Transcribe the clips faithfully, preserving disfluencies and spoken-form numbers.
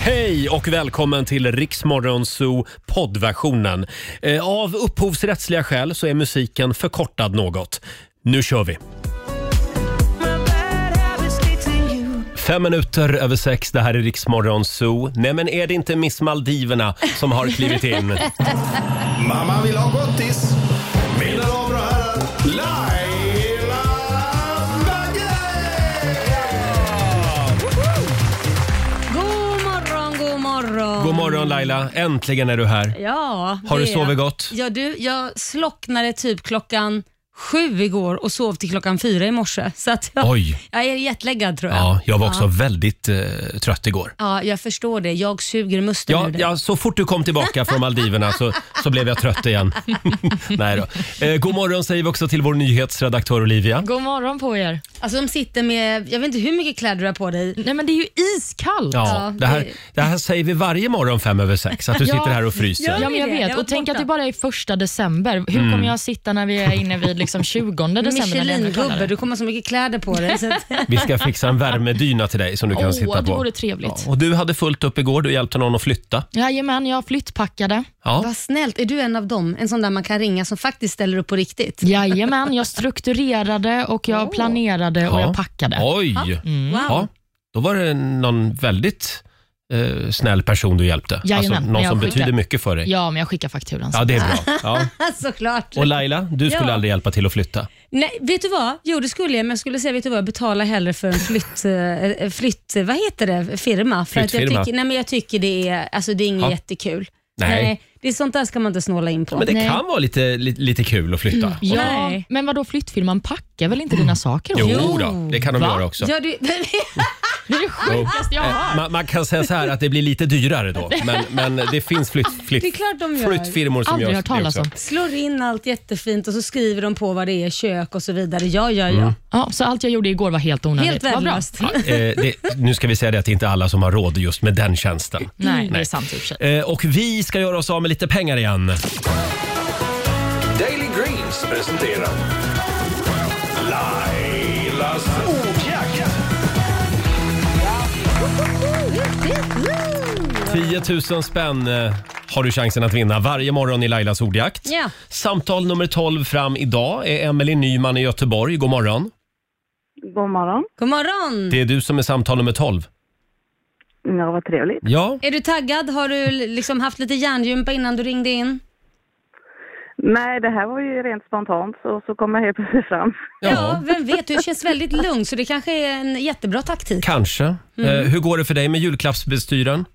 Hej och välkommen till Rix Morgon Zoo poddversionen. Eh, av upphovsrättsliga skäl så är musiken förkortad något. Nu kör vi! Fem minuter över sex, det här är Rix Morgon Zoo. Nej, men är det inte Miss Maldiverna som har klivit in? Mamma vill ha gottis. Mina damer och herrar, Laila Bagge! God morgon, god morgon. God morgon Laila, äntligen är du här. Ja, Har du det är sovit jag. gott? Ja, du, jag slocknade typ klockan sju igår och sov till klockan fyra i morse. Så att jag, Oj. jag är jetlaggad tror jag. Ja, jag var också ja. väldigt eh, trött igår. Ja, jag förstår det. Jag suger musten Ja, ur det. ja, så fort du kom tillbaka från Maldiverna så, så blev jag trött igen. Nej då. Eh, god morgon säger vi också till vår nyhetsredaktör Olivia. God morgon på er. Alltså de sitter med, jag vet inte hur mycket kläder du har på dig. Nej men det är ju iskallt. Ja, Ja, det, här, det- det här säger vi varje morgon fem över sex, att du Ja. sitter här och fryser. Ja, men jag det. vet. Jag var Och tänk borta. att det bara är första december. Hur Mm. kommer jag sitta när vi är inne vid liksom tjugonde december? när det är ännu Michelin-gubbe, kallare? du kommer ha så mycket kläder på dig. Så att, Vi ska fixa en värmedyna till dig som du kan Åh, sitta det på. vore trevligt. Ja, och du hade fullt upp igår, du hjälpte någon att flytta. Jajamän, jag flyttpackade. Ja. vad snällt, är du en av dem? En sån där man kan ringa som faktiskt ställer upp på riktigt? Jajamän, jag strukturerade och jag planerade och Ja. jag packade. Oj! Mm. Wow. Ja, då var det någon väldigt eh, snäll person du hjälpte. Jajamän, alltså, någon men jag som skickar- betyder mycket för dig. Ja, men jag skickar fakturan. Ja, det är bra. Ja. Såklart. Och Laila, du skulle Ja. aldrig hjälpa till att flytta. Nej, vet du vad? Jo, det skulle jag, men jag skulle säga, vet du vad? Jag betalar hellre för en flytt, eh, flytt vad heter det, firma. För att jag Flyttfirma. tycker, nej, men jag tycker det är, alltså det är inget Ja. jättekul. Nej. det är sånt där ska man inte snåla in på. Men det Nej. kan vara lite, lite, lite kul att flytta. Ja, Nej. men vadå flyttfirman packar väl inte dina saker? Jo, Jo. då, det kan de Va? göra också. Ja, du, Det är det sjukaste jag har Eh, hört. man, man kan säga så här att det blir lite dyrare då. Men, men det finns flytt, flytt, Det är klart de gör. flyttfirmor som Aldrig gör hört det talas också. om. slår in allt jättefint och så skriver de på vad det är, kök och så vidare. Ja, ja, ja. Mm. Ja, så allt jag gjorde igår var helt onödigt. Helt Vad bra. värdelöst. Ja, eh, det, nu ska vi säga det att det inte är alla som har råd just med den tjänsten. Nej, det Nej. är sant i och för sig. Eh, och vi ska göra oss av med lite pengar igen. Daily Greens presenterar Lailas ordjakt. tio tusen spänn eh, har du chansen att vinna varje morgon i Lailas ordjakt. Ja. Samtal nummer tolv fram idag är Emelie Nyman i Göteborg. God morgon. God morgon. God morgon. Det är du som är samtal nummer tolv. Ja, vad trevligt. Ja, Är du taggad? Har du liksom haft lite hjärngympa innan du ringde in? Nej, det här var ju rent spontant och så kom jag helt plötsligt fram. Ja, ja. vem vet, du känns väldigt lugn så det kanske är en jättebra taktik. Kanske. Mm. Eh, hur går det för dig med julklappsbestyren?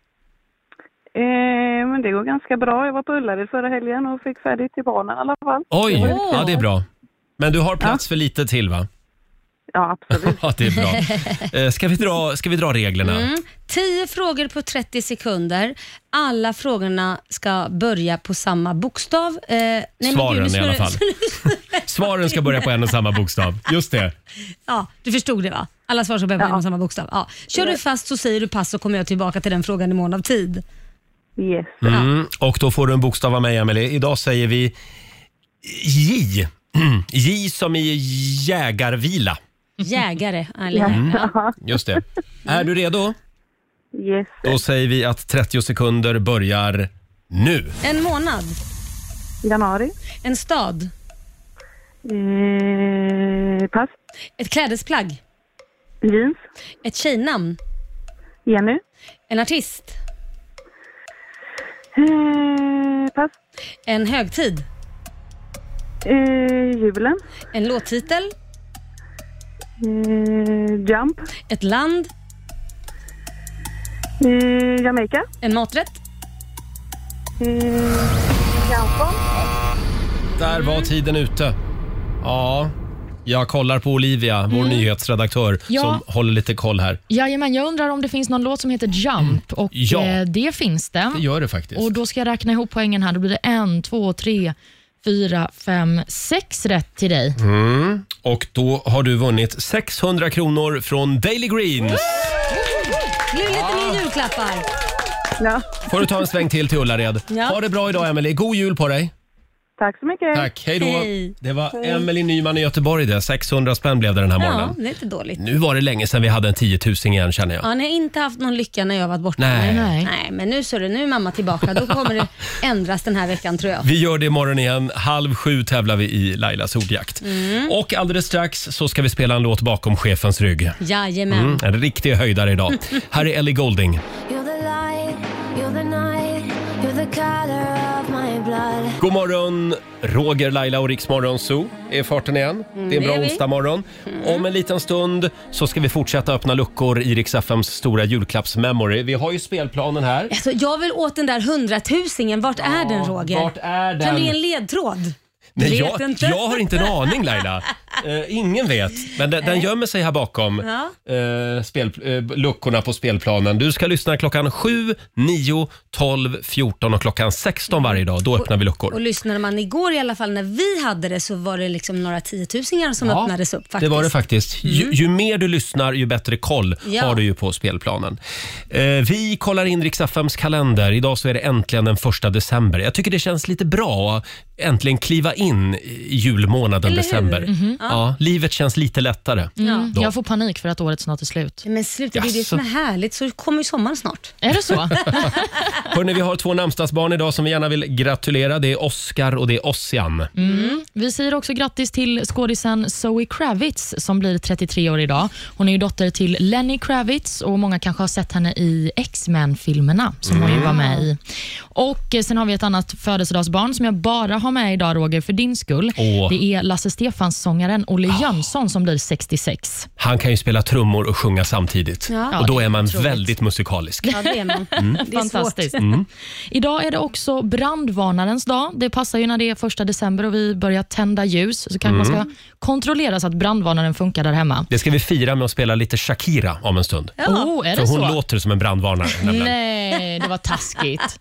Eh, men det går ganska bra. Jag var på Ullared förra helgen och fick färdigt till barnen i alla fall. Oj, Åh. ja det är bra. Men du har plats för lite till va? Ja, absolut. Ja, det är bra. Eh, ska, vi dra, ska vi dra reglerna? Mm. tio frågor på trettio sekunder. Alla frågorna ska börja på samma bokstav. Eh, nej, men Svaren gud, nu i alla snurrar- fall. Svaren ska börja på en och samma bokstav. Just det. Ja, du förstod det va? Alla svar ska börja på Ja. en och samma bokstav. Ja. Kör du fast så säger du pass så kommer jag tillbaka till den frågan i mån av tid. Yes. Mm. Och då får du en bokstav av mig, Emelie. Idag säger vi J. J som i jägarvila. Jägare. Eller, ja. Ja. Just det. Är du redo? Yes. Då säger vi att trettio sekunder börjar nu. En månad. Januari. En stad. Eh, pass. Ett klädesplagg. Jeans. Ett tjejnamn. Jenny. En artist. Eh, pass. En högtid. Eh, julen. En låttitel. Eh, jump. Ett land. Eh, Jamaica. En maträtt. Eh, Jansson. Där var tiden ute. Ja, jag kollar på Olivia, vår nyhetsredaktör, Ja. som håller lite koll här. Jajamän, jag undrar om det finns någon låt som heter Jump och Ja. eh, det finns det. Det gör det faktiskt. Och då ska jag räkna ihop poängen här. Då blir det en, två, tre, fyra, fem, sex rätt till dig. Mm. Och då har du vunnit sexhundra kronor från Daily Greens. Det blir lite mer julklappar. Ja. Får du ta en sväng till till Ullared. Ja. Ha det bra idag, Emelie. God jul på dig. Tack så mycket. Tack, hej då. Hej. Det var Emily Nyman i Göteborg det. sexhundra spänn blev det den här Ja, morgonen. det är inte dåligt. Nu var det länge sedan vi hade en tiotusen igen, känner jag. Ja, ni har inte haft någon lycka när jag varit borta. Nej. Nej. Nej, men nu så är det, nu är mamma tillbaka. Då kommer det ändras den här veckan, tror jag. Vi gör det imorgon igen. Halv sju tävlar vi i Lailas ordjakt. Mm. Och alldeles strax så ska vi spela en låt bakom chefens rygg. Jajamän. Mm, en riktig höjdare idag. Här är Ellie Goulding. You're the light, you're the night, you're the color of my blood. God morgon, Roger, Laila och Riksmorgon Zoo är i farten igen. Det är en det bra är vi. onsdag morgon. Om en liten stund så ska vi fortsätta öppna luckor i Rix F M:s stora julklappsmemory. Vi har ju spelplanen här. Alltså, jag vill åt den där hundratusingen. Vart är den, Roger? Vart är den? Kan du ge en ledtråd? Nej, Vet jag, inte. jag har inte en aning, Laila. Uh, ingen vet. Men den, den gömmer sig här bakom Ja. uh, spel, uh, luckorna på spelplanen. Du ska lyssna klockan sju, nio, tolv, fjorton och klockan sexton varje dag. Då öppnar vi luckor. Och lyssnade man igår i alla fall när vi hade det, så var det liksom några tiotusingar som Ja, öppnades upp faktiskt. det var det faktiskt. Ju, ju mer du lyssnar, ju bättre koll Ja. har du ju på spelplanen. Eh, vi kollar in Rix F M:s kalender. Idag så är det äntligen den första december. Jag tycker det känns lite bra att äntligen kliva in i julmånaden Eller hur? december. Ja, livet känns lite lättare. Mm. Då. Jag får panik för att året snart är slut. Men sluta, det är det Jaså. som är härligt. Så kommer ju sommaren snart. Är det så? Hörrni, vi har två namnsdagsbarn idag som vi gärna vill gratulera. Det är Oscar och det är Ossian. Mm. Vi säger också grattis till skådisen Zoe Kravitz som blir trettiotre år idag. Hon är ju dotter till Lenny Kravitz och många kanske har sett henne i X-Men-filmerna som hon ju var med i. Och sen har vi ett annat födelsedagsbarn som jag bara har med idag, Roger, för din skull. Åh. Det är Lasse Stefans-sångaren Olle Jönsson som blir sextiosex. Han kan ju spela trummor och sjunga samtidigt. Ja. Och då är man otroligt. väldigt musikalisk. Ja, det är man. Det är Fantastiskt. svårt. Idag är det också brandvarnarens dag. Det passar ju när det är första december och vi börjar tända ljus. Så kanske man ska kontrollera så att brandvarnaren funkar där hemma. Det ska vi fira med att spela lite Shakira om en stund. Ja. Oh, är För det hon så? låter som en brandvarnare. nämligen. Nej, det var taskigt.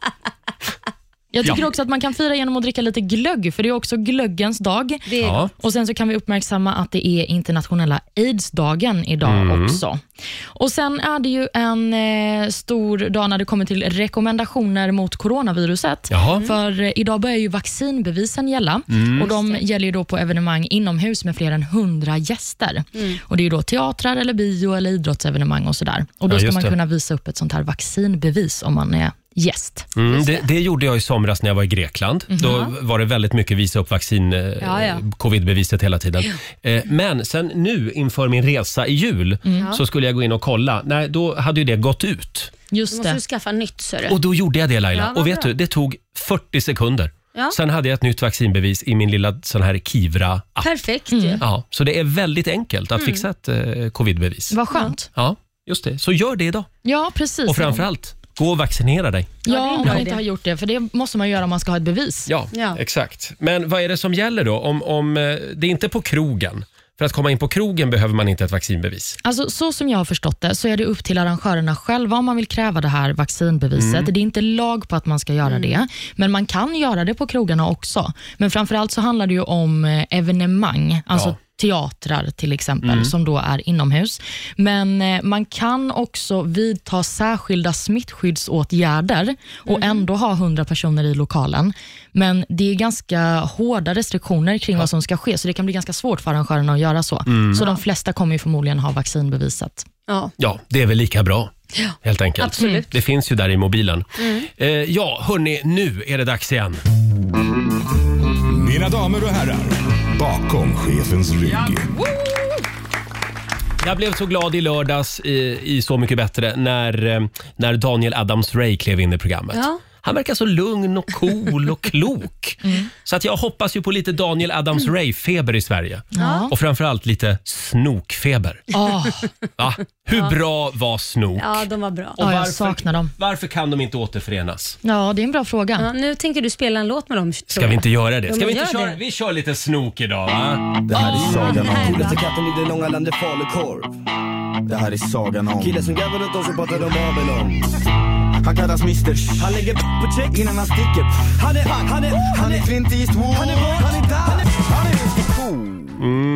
Jag tycker Ja. också att man kan fira genom att dricka lite glögg, för det är också glöggens dag. Det är Ja. Och sen så kan vi uppmärksamma att det är internationella AIDS-dagen idag också. Och sen är det ju en eh, stor dag när det kommer till rekommendationer mot coronaviruset. Jaha. För eh, idag börjar ju vaccinbevisen gälla. Och de gäller ju då på evenemang inomhus med fler än hundra gäster. Och det är ju då teatrar eller bio eller idrottsevenemang och sådär. Och då Ja, ska just man det. kunna visa upp ett sånt här vaccinbevis om man är gäst. Mm, det, det gjorde jag i somras när jag var i Grekland. Då var det väldigt mycket visa upp vaccin, eh, Ja, ja. covidbeviset hela tiden. Eh, men sen nu inför min resa i jul så skulle jag gå in och kolla. Nej, då hade ju det gått ut. Då Just måste det. du skaffa nytt, så du. Och då gjorde jag det, Laila. Ja, vad och vet bra. du, det tog fyrtio sekunder. Ja. Sen hade jag ett nytt vaccinbevis i min lilla sån här Kivra-app. Perfekt ju. Ja, så det är väldigt enkelt att fixa ett eh, covidbevis. Vad skönt. Ja, just det. Så gör det idag. Ja, precis. Och framförallt, gå och vaccinera dig. Ja, det är Ja, en om bra man idé. inte har gjort det, för det måste man göra om man ska ha ett bevis. Ja, Ja. exakt. Men vad är det som gäller då? Om, om eh, det är inte på krogen. För att komma in på krogen behöver man inte ett vaccinbevis. Alltså, så som jag har förstått det så är det upp till arrangörerna själva om man vill kräva det här vaccinbeviset. Det är inte lag på att man ska göra det, men man kan göra det på krogarna också. Men framförallt så handlar det ju om eh, evenemang, alltså Ja. teatrar till exempel, som då är inomhus. Men eh, man kan också vidta särskilda smittskyddsåtgärder och ändå ha hundra personer i lokalen. Men det är ganska hårda restriktioner kring vad som ska ske, så det kan bli ganska svårt för arrangörerna att göra så. Så de flesta kommer ju förmodligen ha vaccinbeviset. Ja. Ja, det är väl lika bra. Helt enkelt. Absolut. Det finns ju där i mobilen. Eh, ja, hörni, nu är det dags igen. Mina damer och herrar, bakom chefens rygg. Jag blev så glad i lördags i, i Så mycket bättre när, eh, när Daniel Adams-Ray klev in i programmet. Ja. Han verkar så lugn och cool och klok. Så att jag hoppas ju på lite Daniel Adams-Ray-feber i Sverige. Ja. Och framförallt lite snokfeber. Oh, Va? Hur bra var snok? Ja, de var bra. Och ja, jag varför- saknar dem. Varför kan de inte återförenas? Ja, det är en bra fråga. Ja, nu tänker du spela en låt med dem. tror Ska jag. vi inte göra det? Jo, Ska men vi inte gör köra? det. Vi kör lite snok idag, va? Det här är sagan det här är om bra. coolaste katten i det långa landet falukorv. Det här är sagan om killen som garvar runt oss och pratar om Babylon. Han kallas mister. Han lägger på check innan han sticker. Han är, han är, han är Clint Eastwood. Han är vad? Han är där. Han är, han är cool. Mm,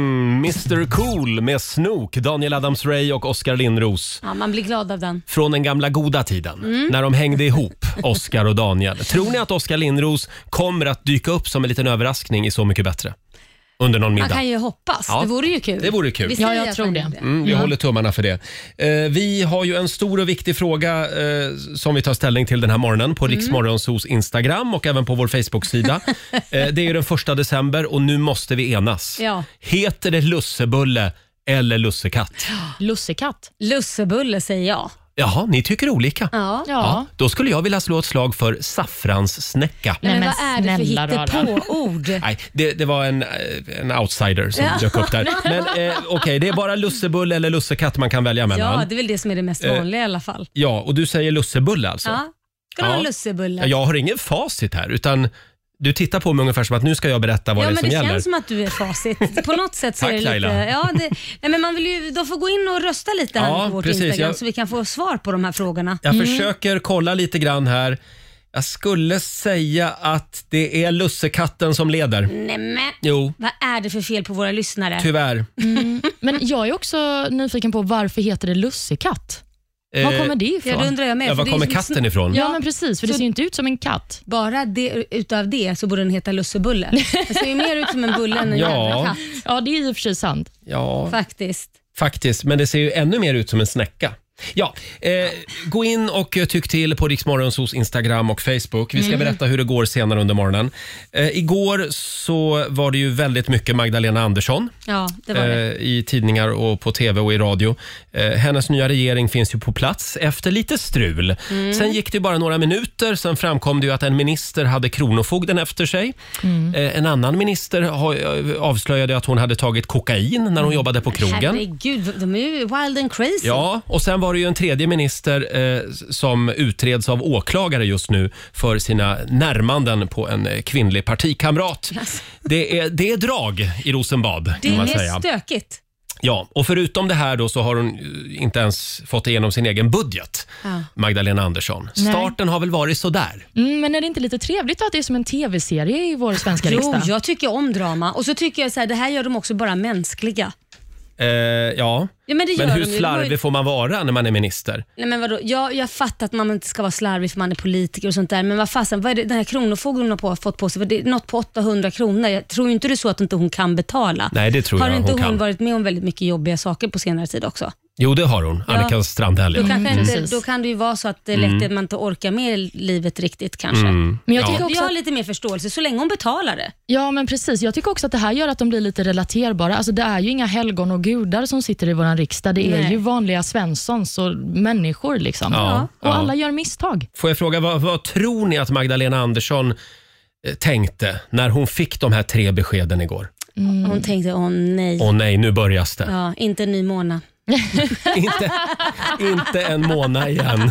mister Cool med Snook, Daniel Adams-Ray och Oskar Lindros. Ja, man blir glad av den. Från den gamla goda tiden, mm. när de hängde ihop, Oskar och Daniel. Tror ni att Oskar Lindros kommer att dyka upp som en liten överraskning i Så mycket bättre? Under någon middag. Man kan ju hoppas. Ja, det vore ju kul. Det vore kul. Ja, jag tror det. Mm, vi ja. håller tummarna för det. Eh, vi har ju en stor och viktig fråga eh, som vi tar ställning till den här morgonen på mm. Rix Morgonzos Instagram och även på vår Facebook-sida. eh, det är ju den första december och nu måste vi enas. Ja. Heter det lussebulle eller lussekatt? Lussekatt. Lussebulle säger jag. Jaha, ni tycker olika. Ja. ja. Då skulle jag vilja slå ett slag för saffranssnäcka. Nej, men, men vad är det för hittepå-ord? Nej, det, det var en, en outsider som ja. dök upp där. Men eh, okej, okay, det är bara lussebulle eller lussekatt man kan välja mellan. Ja, det är väl det som är det mest vanliga eh, i alla fall. Ja, och du säger lussebulle alltså? Ja, ska du ha lussebulle? Jag har ingen facit här, utan... Du tittar på mig ungefär som att nu ska jag berätta vad ja, det är som gäller. Ja, men det känns som att du är facit. På något sätt så Tack, är det lite... Laila. Ja, det, nej, men man vill ju, de får gå in och rösta lite här ja, på vårt precis, Instagram jag, så vi kan få svar på de här frågorna. Jag mm. försöker kolla lite grann här. Jag skulle säga att det är lussekatten som leder. Nej men, jo. Vad är det för fel på våra lyssnare? Tyvärr. Mm. Men jag är också nyfiken på varför heter det lussekatt? Var kommer det ifrån? Ja, det undrar jag med. Ja, var kommer katten ifrån? Ja, men precis, för så det ser inte ut som en katt. Bara det, utav det så borde den heta lussebulle. Det ser ju mer ut som en bulle än en ja. jävla katt. Ja, det är i och för sig sant. Ja. Faktiskt. Faktiskt, men det ser ju ännu mer ut som en snäcka. Ja, eh, gå in och tyck till på Rix Morgonzos Instagram och Facebook. Vi ska mm. berätta hur det går senare under morgonen. Eh, igår så var det ju väldigt mycket Magdalena Andersson ja, det var det. Eh, i tidningar och på tv och i radio. Eh, hennes nya regering finns ju på plats efter lite strul. Mm. Sen gick det bara några minuter, sen framkom det ju att en minister hade kronofogden efter sig. Mm. Eh, en annan minister har, avslöjade att hon hade tagit kokain när hon mm. jobbade på krogen. Herregud, de är ju wild and crazy. Ja, och sen var det ju en tredje minister eh, som utreds av åklagare just nu för sina närmanden på en eh, kvinnlig partikamrat. Yes. Det, är, det är drag i Rosenbad. Det kan man är säga. stökigt. Ja, och förutom det här då så har hon inte ens fått igenom sin egen budget, ja. Magdalena Andersson. Starten Nej. har väl varit sådär. Mm, men är det inte lite trevligt att det är som en tv-serie i vår svenska jo, riksdag? Jo, jag tycker om drama. Och så tycker jag så här, det här gör de också bara mänskliga. Eh, ja, ja men, men hur slarvig ju... får man vara när man är minister? Nej, men vadå? Jag, jag fattar att man inte ska vara slarvig för man är politiker och sånt där. Men vad fasen, vad är det den här kronofogden har på, fått på sig? Det är något på åttahundra kronor. Jag tror inte det är så att inte hon kan betala. Nej, det tror har jag inte hon, hon kan. varit med om väldigt mycket jobbiga saker på senare tid också? Jo, det har hon. Annika ja. Strandhäll. Då, mm. inte, då kan det ju vara så att det är lätt mm. att man inte orkar med livet riktigt kanske. Mm. Men jag tycker ja. också jag har lite mer förståelse så länge hon betalar det. Ja, men precis. Jag tycker också att det här gör att de blir lite relaterbara. Alltså, det är ju inga helgon och gudar som sitter i våran riksdag. Det är Nej. ju vanliga svenssons och människor liksom. Ja. Och ja. alla gör misstag. Får jag fråga, vad, vad tror ni att Magdalena Andersson eh, tänkte när hon fick de här tre beskeden igår? Mm. Hon tänkte, åh nej. Åh nej, nu börjas det. Ja, inte en ny månad. inte, inte en månad igen.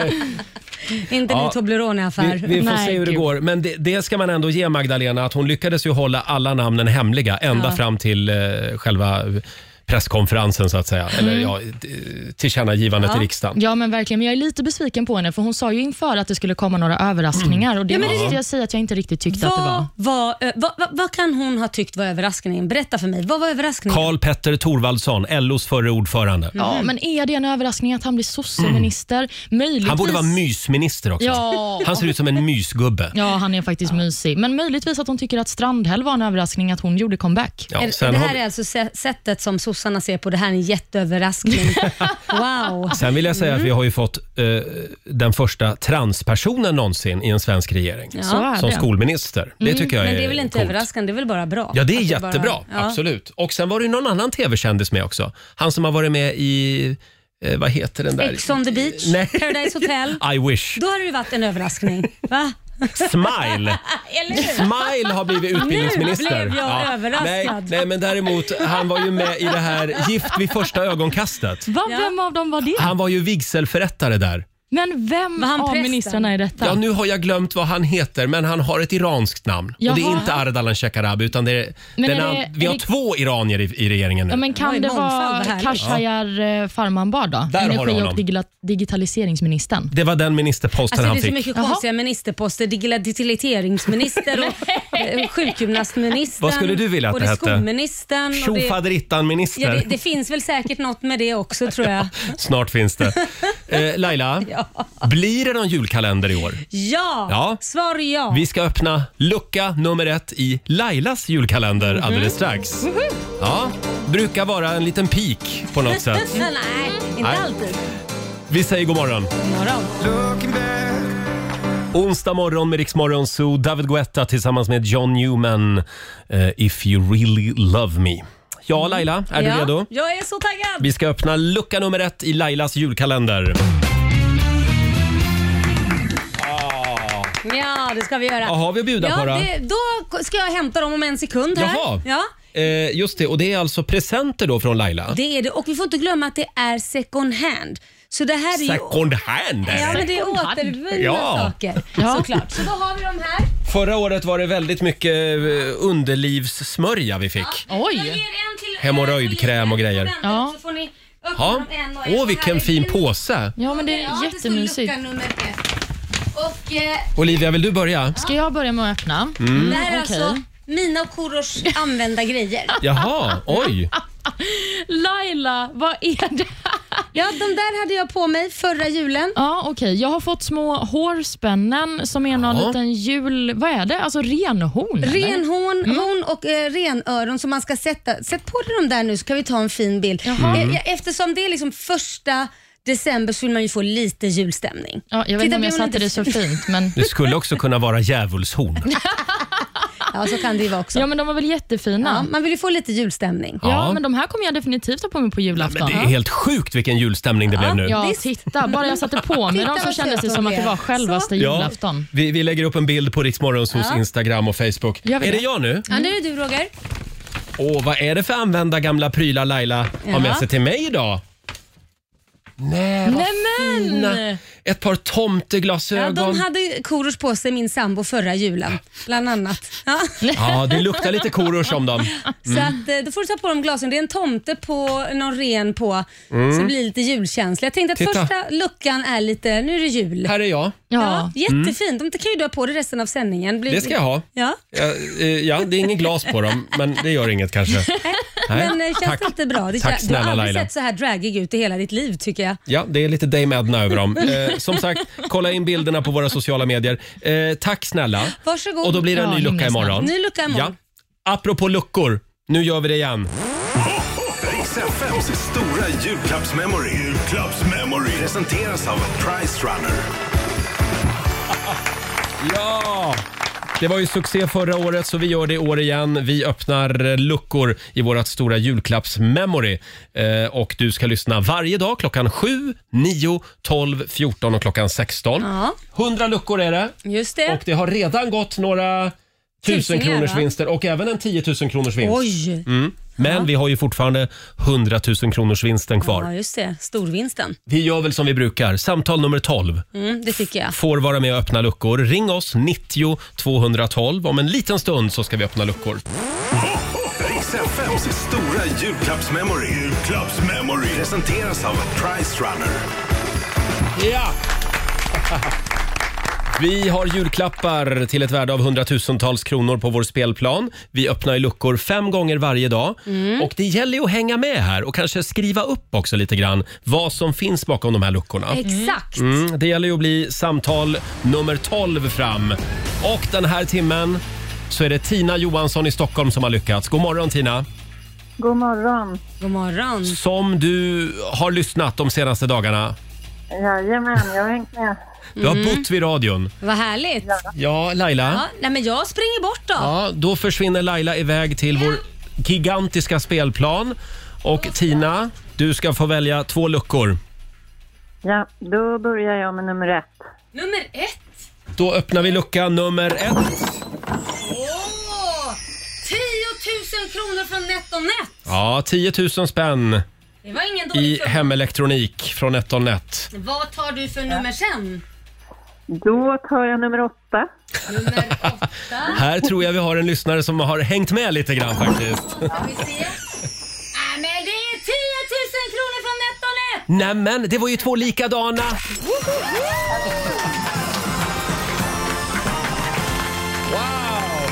Inte ja, en Toblerone-affär. Vi, vi får Nej, se hur det Gud. går. Men det, det ska man ändå ge Magdalena, att hon lyckades ju hålla alla namnen hemliga ända ja. fram till eh, själva presskonferensen så att säga. Mm. Eller ja, tillkännagivandet ja. i riksdagen. Ja, men verkligen. Men jag är lite besviken på henne, för hon sa ju inför att det skulle komma några överraskningar. Mm. Och det ja, måste jag säga att jag inte riktigt tyckte vad, att det var. Vad, vad, vad, vad kan hon ha tyckt var överraskningen? Berätta för mig. Vad var överraskningen? Karl Petter Thorvaldsson, L O:s förre ordförande. Mm. Ja, men är det en överraskning att han blir sosseminister? Mm. Han borde vara mysminister också. Ja. Han ser ut som en mysgubbe. Ja, han är faktiskt ja. mysig. Men möjligtvis att hon tycker att Strandhäll var en överraskning, att hon gjorde comeback. Ja, det här har... är alltså sättet som sossarna ser på det här. En jätteöverraskning. Wow. Sen vill jag säga mm. att vi har ju fått eh, den första transpersonen någonsin i en svensk regering. Ja. Som skolminister. Mm. Det tycker jag är Men det är väl inte coolt. Överraskande, det är väl bara bra. Ja, det är att jättebra. Det bara, ja. Absolut. Och sen var det ju någon annan tv-kändis med också. Han som har varit med i... Eh, vad heter den där? Ex on the beach, Nej. Paradise Hotel. I wish. Då har det ju varit en överraskning. Va? Smile. Smile har blivit utbildningsminister. Nu blev jag ja. överraskad. Nej, nej, men däremot, han var ju med i det här Gift vid första ögonkastet. Va? Vem av dem var det? Han var ju vigselförrättare där. Men vem Var han av prästen? ministrarna är detta? Ja, nu har jag glömt vad han heter, men han har ett iranskt namn. Jaha. Och det är inte Ardalan Shekarabi, utan det är, Men den är an- det- vi är har det- två iranier i, i regeringen nu. Ja, men Oj, kan det mångfald, vara vad härligt. Khashayar ja. Farmanbar då? Där har du Energi- och honom. digila- digitaliseringsministern. Det var den ministerposten Alltså, det han är så fick. mycket Jaha. konstiga ministerposter. Digitaliseringsminister och eh, sjukgymnastministern. Vad skulle du vilja att och det det hette? Skolministern. och det- Tjofaderittan-minister. Ja, det, det finns väl säkert något med det också, tror jag. Snart finns det. Eh, Laila, Ja. blir det någon julkalender i år? Ja, Ja. svar ja. Vi ska öppna lucka nummer ett i Lailas julkalender Mhm. alldeles strax. Ja, brukar vara en liten peak på något sätt. Nej, inte Nej. alltid. Vi säger god morgon. God morgon. Onsdag morgon med Rix Morgon Zoo, David Guetta tillsammans med John Newman. eh, If you really love me. Ja, Laila, är du ja, redo? Jag är så taggad. Vi ska öppna lucka nummer ett i Lailas julkalender. Ja, det ska vi göra. Vad har vi att bjuda ja, på då? Det, då ska jag hämta dem om en sekund här. Jaha. Ja, Eh, just det, och det är alltså presenter då från Laila. det är det. Och vi får inte glömma att det är second hand. Så det här är ju... Second hand är Ja, det. men det är Second hand. återvunna Ja. saker. Ja. Såklart. Så då har vi de här. Förra året var det väldigt mycket eh, underlivssmörja vi fick. Jag Oj! ger en till, eh, Hemorrojdkräm och grejer. Ja. Så får ni öppna Ja. dem en och en. Åh, Och vilken här är fin min- påse. Ja, men det är Ja, står jättemysigt. lucka nummer ett. Och eh, Olivia, vill du börja? Ska jag börja med att öppna? Mm. det här är okej. alltså mina och Korosh använda grejer. Jaha, oj. Laila, vad är det? Ja, de där hade jag på mig förra julen. Ja, okej. Jag har fått små hårspännen som är någon Ja. liten jul... Vad är det? Alltså renhorn? eller? Renhorn Mm. horn och eh, renöron som man ska sätta. Sätt på dig de där nu så kan vi ta en fin bild. Jaha. Eh, ja, eftersom det är liksom första december så vill man ju få lite julstämning. Ja, jag vet Titta, inte om jag blir hon satte inte- det så fint, men... Det skulle också kunna vara djävulshorn. Ja, så kan det ju vara också. Ja, men de var väl jättefina? Ja, man vill ju få lite julstämning. Ja, Ja. men de här kommer jag definitivt ha på mig på Men julafton. det är helt sjukt vilken julstämning det blev nu. Ja, Visst. titta. Bara jag satte på mig Titta dem så vad kändes det söt som hon att det är. var självaste Så. julafton. Vi, vi lägger upp en bild på Rix Morgonzoos Ja. Instagram och Facebook. Gör vi Är det det? jag nu? Ja, nu är det du Roger. Åh, vad är det för använda gamla prylar Laila har med Ja. sig till mig idag? Nej, vad Nämen! fina. Ett par Ja, tomteglasögon. de hade Korosh på sig, min sambo, förra julen. Bland annat. Ja. Ja, det luktar lite Korosh om dem. Så att, eh, då får du ta på dem glasen. Det är en tomte på, någon ren på, så blir lite julkänslig. Jag tänkte att Titta. första luckan är lite, nu är det jul. Här är jag. Ja, Ja. jättefint. De kan ju du ha på dig resten av sändningen. Blir- Det ska jag ha. Ja, Ja, eh, ja, det är ingen glas på dem, men det gör inget kanske. Nej. men eh, känns Tack. det inte bra? Det, Tack du har snälla, aldrig Laila. sett så här dragig ut i hela ditt liv, tycker jag. Ja, det är lite Dame Edna över dem. Eh, som sagt, kolla in bilderna på våra sociala medier. Eh, tack snälla. Varsågod. Och då blir det en Ja, ny lucka himla imorgon. Ny lucka imorgon. Ja. Apropå luckor, nu gör vi det igen. Rix F M:s stora julklappsmemory. Julklappsmemory. Presenteras av Price Runner. Ja! Det var ju succé förra året så vi gör det i år igen. Vi öppnar luckor i vårt stora julklappsmemory. Eh, och du ska lyssna varje dag klockan sju, nio, tolv, fjorton och klockan sexton. Ja, hundra luckor är det. just det. Och det har redan gått några tusen Tusingar, kronors va? vinster och även en tiotusen kronors vinst. Oj! Mm. Men vi har ju fortfarande hundratusen kronors vinsten kvar. Ja, just det. Storvinsten. Vi gör väl som vi brukar. Samtal nummer tolv Mm, det tycker jag. får vara med och öppna luckor. Ring oss nittio tvåhundratolv. Om en liten stund så ska vi öppna luckor. Rix F M:s stora julklappsmemory. Julklappsmemory. Presenteras av Price Runner. Ja! Vi har julklappar till ett värde av hundratusentals kronor på vår spelplan. Vi öppnar ju luckor fem gånger varje dag. Och det gäller ju att hänga med här och kanske skriva upp också lite grann vad som finns bakom de här luckorna. Exakt. Mm, det gäller ju att bli samtal nummer tolv fram. Och den här timmen så är det Tina Johansson i Stockholm som har lyckats. God morgon Tina! God morgon. God morgon. Som du har lyssnat de senaste dagarna. Jajamän, jag har hängt med. Du har bott vid radion. Vad härligt. Ja, Laila. Ja, nej, men jag springer bort då. Ja, då försvinner Laila iväg till vår gigantiska spelplan. Och Tina, du ska få välja två luckor. Ja, då börjar jag med nummer ett. Nummer ett. Då öppnar vi lucka nummer ett. Åh! tio tusen kronor från NetOnNet. Ja, tio tusen spänn Det var ingen dålig i summa. hemelektronik från NetOnNet. Vad tar du för nummer sen? Då tar jag nummer åtta. Nummer åtta. Här tror jag vi har en lyssnare som har hängt med lite grann faktiskt. Ska vi se. Äh, men det är tio tusen kronor från NetOnNet. Nämen, det var ju två likadana. Wow!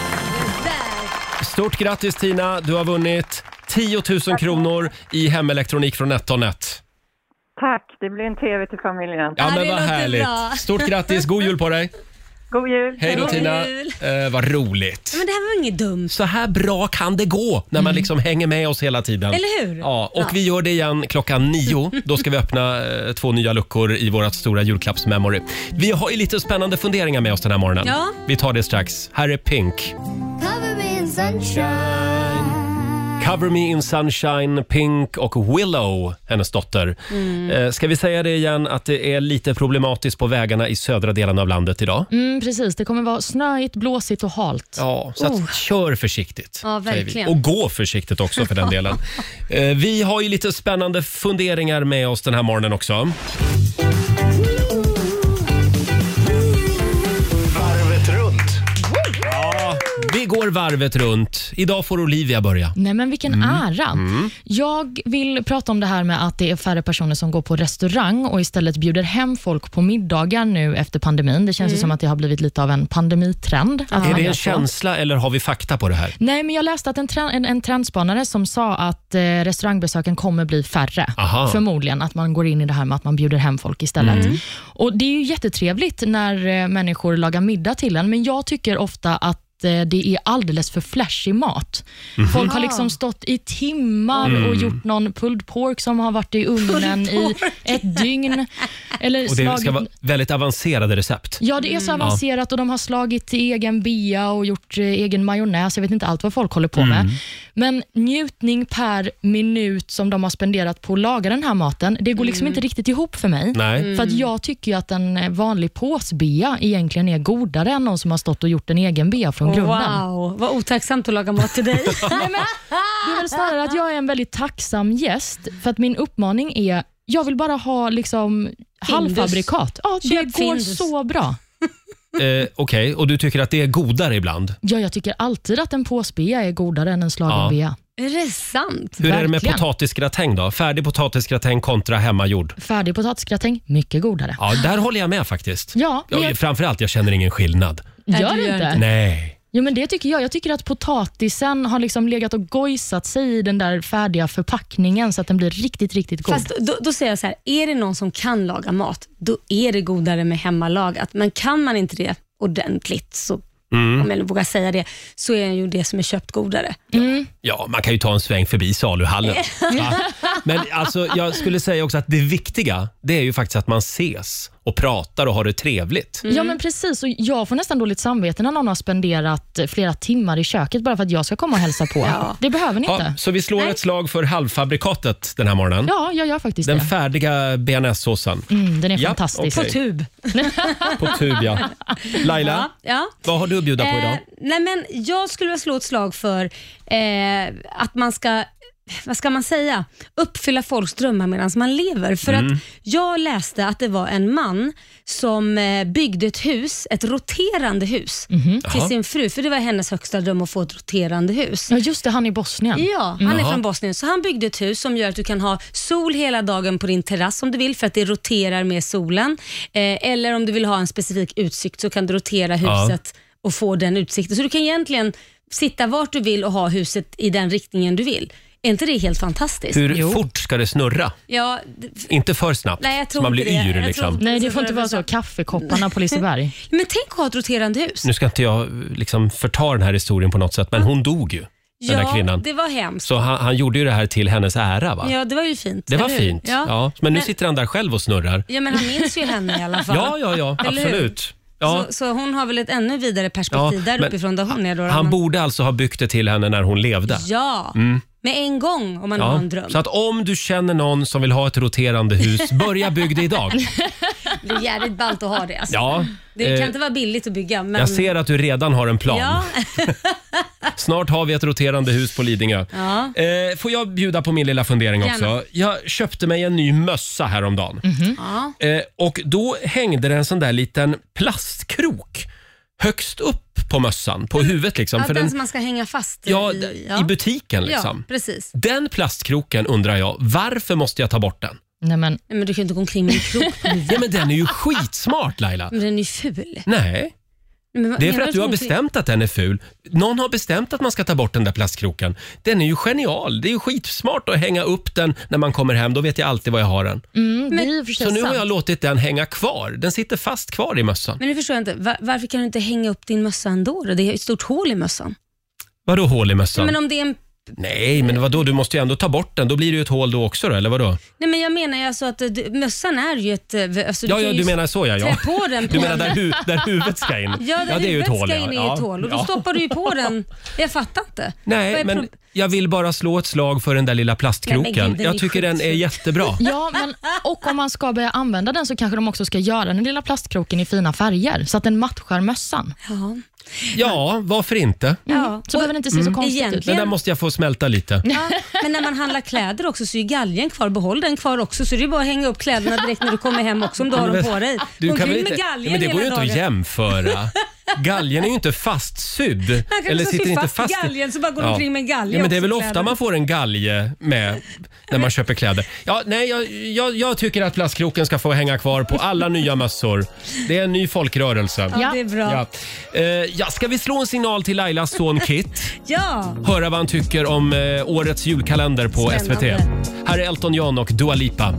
Stort grattis Tina, du har vunnit tio tusen kronor i hemelektronik från NetOnNet. Tack, det blir en tv till familjen. Ja, Ja, men det vad låter härligt. bra. Stort grattis, god jul på dig. God jul! Hej då God Tina, jul. eh, vad roligt. Men det här var inget dumt. Så här bra kan det gå när man liksom hänger med oss hela tiden. Eller hur? Ja, och Ja. vi gör det igen klockan nio. Då ska vi öppna eh, två nya luckor i vårt stora julklappsmemory. Vi har ju lite spännande funderingar med oss den här morgonen. Ja. Vi tar det strax. Här är Pink. Cover me in sunshine. Cover Me In Sunshine, Pink och Willow, hennes dotter. Mm. Eh, ska vi säga det igen att det är lite problematiskt på vägarna i södra delen av landet idag? Mm, precis, det kommer vara snöigt, blåsigt och halt. Ja, så att Oh. kör försiktigt. Ja, säger vi. verkligen. Och gå försiktigt också för den delen. Eh, vi har ju lite spännande funderingar med oss den här morgonen också. Varvet runt. Ja, vi går varvet runt. Idag får Olivia börja. Nej, men vilken Mm. ära. Jag vill prata om det här med att det är färre personer som går på restaurang och istället bjuder hem folk på middagar nu efter pandemin. Det känns ju som att det har blivit lite av en pandemitrend. att Är man det gör en så. känsla eller har vi fakta på det här? Nej, men jag läste att en, trend, en, en trendspanare som sa att eh, restaurangbesöken kommer bli färre. Aha. Förmodligen att man går in i det här med att man bjuder hem folk istället. Och det är ju jättetrevligt när eh, människor lagar middag till en, men jag tycker ofta att eh, det är alldeles för flashig mat. Folk har liksom stått i timmar och gjort någon pulled pork som har varit i ugnen i ett dygn. Eller Och det slagit... ska vara väldigt avancerade recept. Ja, det är så avancerat och de har slagit till egen bea och gjort eh, egen majonnäs. Jag vet inte allt vad folk håller på med. Men njutning per minut som de har spenderat på att laga den här maten, det går liksom inte riktigt ihop för mig. Nej. För att jag tycker ju att en vanlig påsbea egentligen är godare än någon som har stått och gjort en egen bea från grunden. Wow, vad otacksamt att laga mat till dig. Nej, men det är väl snarare att jag är en väldigt tacksam gäst, för att min uppmaning är, jag vill bara ha liksom halvfabrikat. Ja, det Köp går Findus. så bra. Eh, Okej, och du tycker att det är godare ibland? Ja, jag tycker alltid att en påsbea är godare än en slagen Ja. bea. Är det sant? Hur är det med Verkligen. potatisgratäng då? Färdig potatisgratäng kontra hemmagjord? Färdig potatisgratäng, mycket godare. Ja, där håller jag med faktiskt. Ja, men Ja, jag, framförallt, jag känner ingen skillnad. Nej, gör du det gör inte? inte. Nej. Jo, men det tycker jag. Jag tycker att potatisen har liksom legat och gojsat sig i den där färdiga förpackningen så att den blir riktigt, riktigt god. Fast då, då säger jag så här, är det någon som kan laga mat, då är det godare med hemmalagat. Men kan man inte det ordentligt, så om jag vågar säga det, så är ju det som är köpt godare. Ja, man kan ju ta en sväng förbi saluhallen. Va? Men alltså, jag skulle säga också att det viktiga, det är ju faktiskt att man ses och pratar och har det trevligt. Ja, men precis. Och jag får nästan dåligt samvete när någon har spenderat flera timmar i köket bara för att jag ska komma och hälsa på. Ja. Det behöver ni Ja, inte. så vi slår ett slag för halvfabrikatet den här morgonen. Ja, jag gör faktiskt Den det. färdiga bearnaisesåsen. Mm, den är Ja, fantastisk. okej. På tub. På tub, ja. Laila, Ja, ja. vad har du att bjuda på idag? Eh, nej men jag skulle vilja slå ett slag för eh, att man ska, vad ska man säga, uppfylla folks drömmar medan man lever. För Mm. att jag läste att det var en man som eh, byggde ett hus, ett roterande hus till Jaha. sin fru, för det var hennes högsta dröm att få ett roterande hus. Ja, just det. Han i Bosnien. Ja, han är Jaha. från Bosnien. Så han byggde ett hus som gör att du kan ha sol hela dagen på din terrass om du vill, för att det roterar med solen. Eh, eller om du vill ha en specifik utsikt så kan du rotera huset och få den utsikten. Så du kan egentligen sitta vart du vill och ha huset i den riktningen du vill. Är inte det helt fantastiskt? Hur Jo. fort ska det snurra? Ja, d- Inte för snabbt, Nej, jag tror så man blir inte det. yr Jag liksom. tror- Nej, det Så får inte för- vara så. Kaffekopparna på Liseberg. men tänk att ha ett roterande hus. Nu ska inte jag liksom förta den här historien på något sätt, men hon dog ju, den där Ja, kvinnan. det var hemskt. Så han, han gjorde ju det här till hennes ära, va? Ja, det var ju fint. Det var eller hur? fint. Ja. Ja. Men nu Men- sitter han där själv och snurrar. ja, men han minns ju henne i alla fall. Ja, ja, ja, Eller hur? absolut. Ja. Så, så hon har väl ett ännu vidare perspektiv Ja, där men uppifrån där hon är. Då, Han borde alltså ha byggt det till henne när hon levde. Ja, med en gång om man har Ja. en dröm. Så att om du känner någon som vill ha ett roterande hus, börja bygga det idag. Det är jävligt ballt att ha det. Alltså. Ja, Det kan eh, inte vara billigt att bygga. Men... jag ser att du redan har en plan. Ja. Snart har vi ett roterande hus på Lidingö. Ja. Eh, får jag bjuda på min lilla fundering också? Gärna. Jag köpte mig en ny mössa häromdagen. Mm-hmm. Ja. Eh, och då hängde det en sån där liten plastkrok högst upp på mössan, på huvudet liksom. Ja, för den, den som man ska hänga fast ja, i. Ja. i butiken liksom. Ja, precis. Den plastkroken undrar jag, varför måste jag ta bort den? Nej, men... Nej, men du kan ju inte gå omkring med en krok på huvudet. Ja, men den är ju skitsmart, Laila. Men den är ju ful. Nej. Men, Det är för att du har bestämt att den är ful. Någon har bestämt att man ska ta bort den där plastkroken. Den är ju genial. Det är ju skitsmart att hänga upp den när man kommer hem. Då vet jag alltid var jag har den. Mm, det är ju för sig Så nu har sant. jag låtit den hänga kvar. Den sitter fast kvar i mössan. Men nu förstår jag inte, var, varför kan du inte hänga upp din mössa ändå? Det är ett stort hål i mössan. Vadå hål i mössan? Men om det är en... Nej, men vadå? Du måste ju ändå ta bort den. Då blir det ju ett hål då också då, eller vadå? Nej, men jag menar ju alltså att du, mössan är ju ett... Alltså, Ja, kan ja, ju du menar så ja. trä ja. på den på Du menar en- där, hu- där huvudet ska in? Ja, där det är ju huvudet ett hål. ska ja. in i Ja. ett hål och då Ja. stoppar du ju på den. Jag fattar inte. Vad Nej, är men pro- jag vill bara slå ett slag för den där lilla plastkroken. Nej, men gud, den är jag tycker den är skitful. jättebra. Ja, men, och om man ska börja använda den så kanske de också ska göra den lilla plastkroken i fina färger så att den matchar mössan. Ja. Ja, varför inte? Ja. Så behöver det inte se så konstigt ut. egentligen- Men där måste jag få smälta lite. Ja, men när man handlar kläder också så är ju galgen kvar. Behåll den kvar också, så det är bara att hänga upp kläderna direkt när du kommer hem också om du har dem på dig. Du Gå kan väl omkring inte, med galgen ja, men det går ju hela inte att dagen. jämföra. Galgen är ju inte fastsydd. Man kan Eller också sitter sy inte fast fast i- galgen så bara går du omkring med en galge Ja, men det är också väl i ofta kläderna. man får en galge med när man köper kläder. Ja, nej, jag, jag, jag tycker att plastkroken ska få hänga kvar på alla nya mössor. Det är en ny folkrörelse. Ja, det är bra. Ja. Eh, ja, ska vi slå en signal till Lailas son Kit? Ja. Höra vad han tycker om eh, årets julkalender på S V T. Spännande. Här är Elton John och Dua Lipa.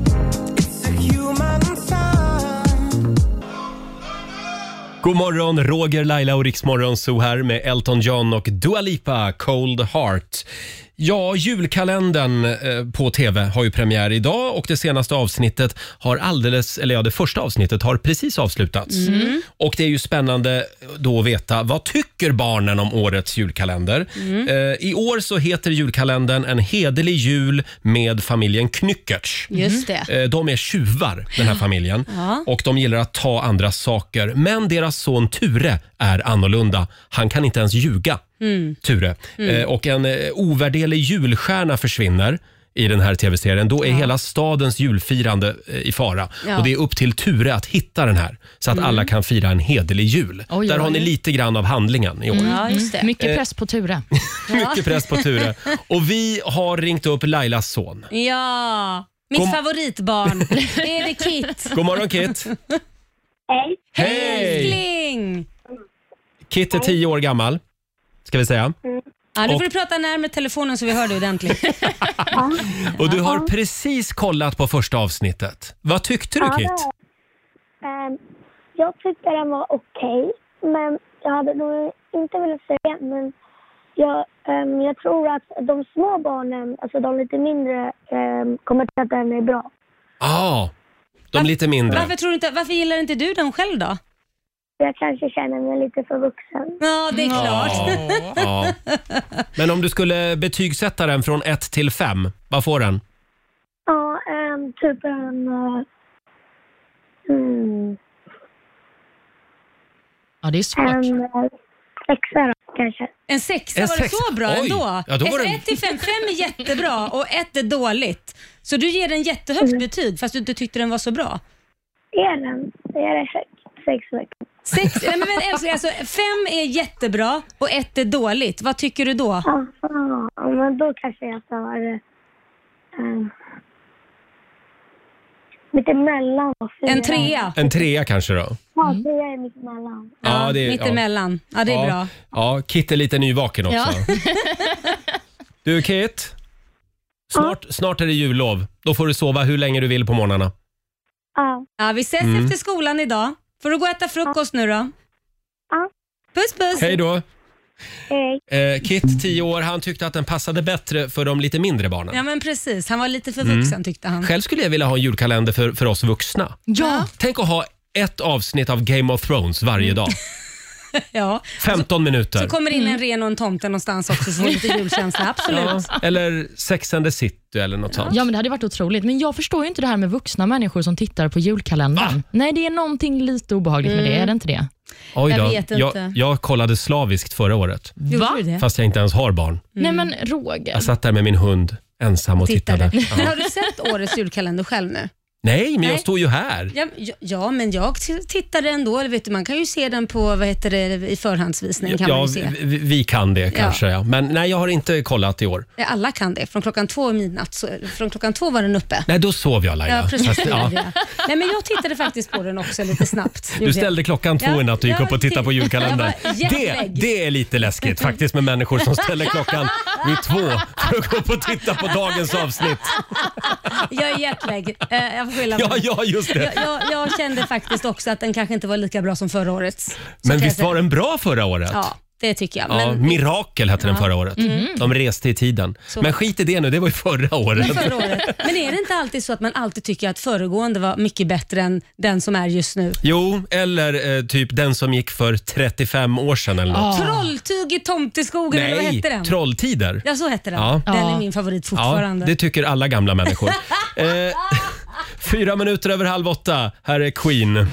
God morgon, Roger, Laila och Riksmorgon Zoo här med Elton John och Dua Lipa, Cold Heart. Ja, julkalendern eh, på T V har ju premiär idag och det senaste avsnittet har alldeles, eller ja, det första avsnittet har precis avslutats. Mm. Och det är ju spännande då att veta, vad tycker barnen om årets julkalender? Mm. Eh, I år så heter julkalendern En hederlig jul med familjen Knyckertz. Just det. Eh, De är tjuvar, den här familjen. Ja. Och de gillar att ta andra saker. Men deras son Ture är annorlunda. Han kan inte ens ljuga, Mm. Ture. Eh, och en eh, ovärderlig julstjärna försvinner i den här tv-serien. Då är hela stadens julfirande eh, i fara. Ja. Och det är upp till Ture att hitta den här. Så att alla kan fira en hederlig jul. Oj, Där oj, har ni oj. lite grann av handlingen i år. Ja, just det. Mycket press på Ture. Mycket press på Ture. Och vi har ringt upp Lailas son. Ja, mitt Kom- favoritbarn. Är det Kit? God morgon Kit! Hej. Hej! Älskling! Kit är tio år gammal, ska vi säga. Ja, nu Och- får du prata närmare telefonen så vi hör det ordentligt. Och du har precis kollat på första avsnittet. Vad tyckte du, Ja, Kit? Ehm, jag tyckte den var okej, men jag hade nog inte velat säga igen. Men jag, ehm, jag tror att de små barnen, alltså de lite mindre, ehm, kommer tycka att den är bra. Ja, de lite mindre. Varför, tror du inte, varför gillar inte du den själv då? Jag kanske känner mig lite för vuxen. Ja, det är klart. Ja. Men om du skulle betygsätta den från ett till fem, vad får den? Ja, ehm, typ en... Uh, mm, Ja, det är svårt. en uh, sexa då, kanske. En sexa, En var det sexa? så bra Oj. ändå? Ja, då var Ett- det- ett till fem, fem är jättebra och ett är dåligt. Så du ger den jättehögt betyg fast du inte tyckte den var så bra? Är den? Det är det sex, sex veckor. Sex, nej, men vänta, älskling, alltså, fem är jättebra och ett är dåligt. Vad tycker du då? Ja, ja, men då kanske jag tar... Uh, lite mellan. och fyra. En trea? En trea kanske då? Ja, trea är mitt mellan. Ja, det är- mitt ja. emellan. Ja, det är ja. bra. Ja, Kit är lite nyvaken också. Ja. Du Kit, snart, snart är det jullov. Då får du sova hur länge du vill på morgnarna. Ja. Ja, vi ses Mm. efter skolan idag. Får du gå och äta frukost nu då? Ja. Puss puss! Hej då! Hej. Eh, Kit, tio år, han tyckte att den passade bättre för de lite mindre barnen. Ja men precis, han var lite för vuxen Mm. tyckte han. Själv skulle jag vilja ha en julkalender för, för oss vuxna. Ja, Tänk att ha ett avsnitt av Game of Thrones varje dag. Ja. femton minuter. Så kommer in en ren och en tomte någonstans också så får lite julkänsla, absolut. Ja, eller Sex and the City eller något sånt. ja, men det hade varit otroligt. Men jag förstår ju inte det här med vuxna människor som tittar på julkalendern. Va? Nej, det är någonting lite obehagligt med det. Är det inte det? Oj då. Jag vet inte. Jag, jag kollade slaviskt förra året. Va? Fast jag inte ens har barn. Nej men Roger. Jag satt där med min hund ensam och Tittade. tittade. Men har du sett årets julkalender själv nu? Nej, men jag Nej. står ju här. Ja, ja, ja, men jag t- tittade ändå. Eller vet du, man kan ju se den på vad heter det, i förhandsvisning. Kan Ja, man ju se. vi, vi kan det kanske. Ja. Men nej, jag har inte kollat i år. Ja, alla kan det. Från klockan två i midnatt. Så, från klockan två var den uppe. Nej, då sov jag, Laila. Ja, precis. Fast, ja. Nej, men jag tittade faktiskt på den också lite snabbt. Du ställde klockan två Ja, i natt och gick ja, upp och tittade på julkalendern. jag var Det, jetlag. det är lite läskigt faktiskt med människor som ställer klockan vid två för att gå upp och titta på dagens avsnitt. Jag är jetlag. Eh, Jag får skylla mig. Ja, ja, just det. Jag, jag, jag kände faktiskt också att den kanske inte var lika bra som förra årets. Så Men kan jag visst säga. var den bra förra året? Ja, det tycker jag. Ja, Men, Mirakel hette den förra året. De reste i tiden. Så. Men skit i det nu, det var ju förra året. men, förra året. Men är det inte alltid så att man alltid tycker att föregående var mycket bättre än den som är just nu? Jo, eller eh, typ den som gick för trettiofem år sedan eller något. Trolltug i Tomteskogen, eller vad hette den? Trolltider. Ja, så hette den. Ja. Den Ja. är min favorit Ja, fortfarande. det tycker alla gamla människor. eh, fyra minuter över halv åtta. Här är Queen.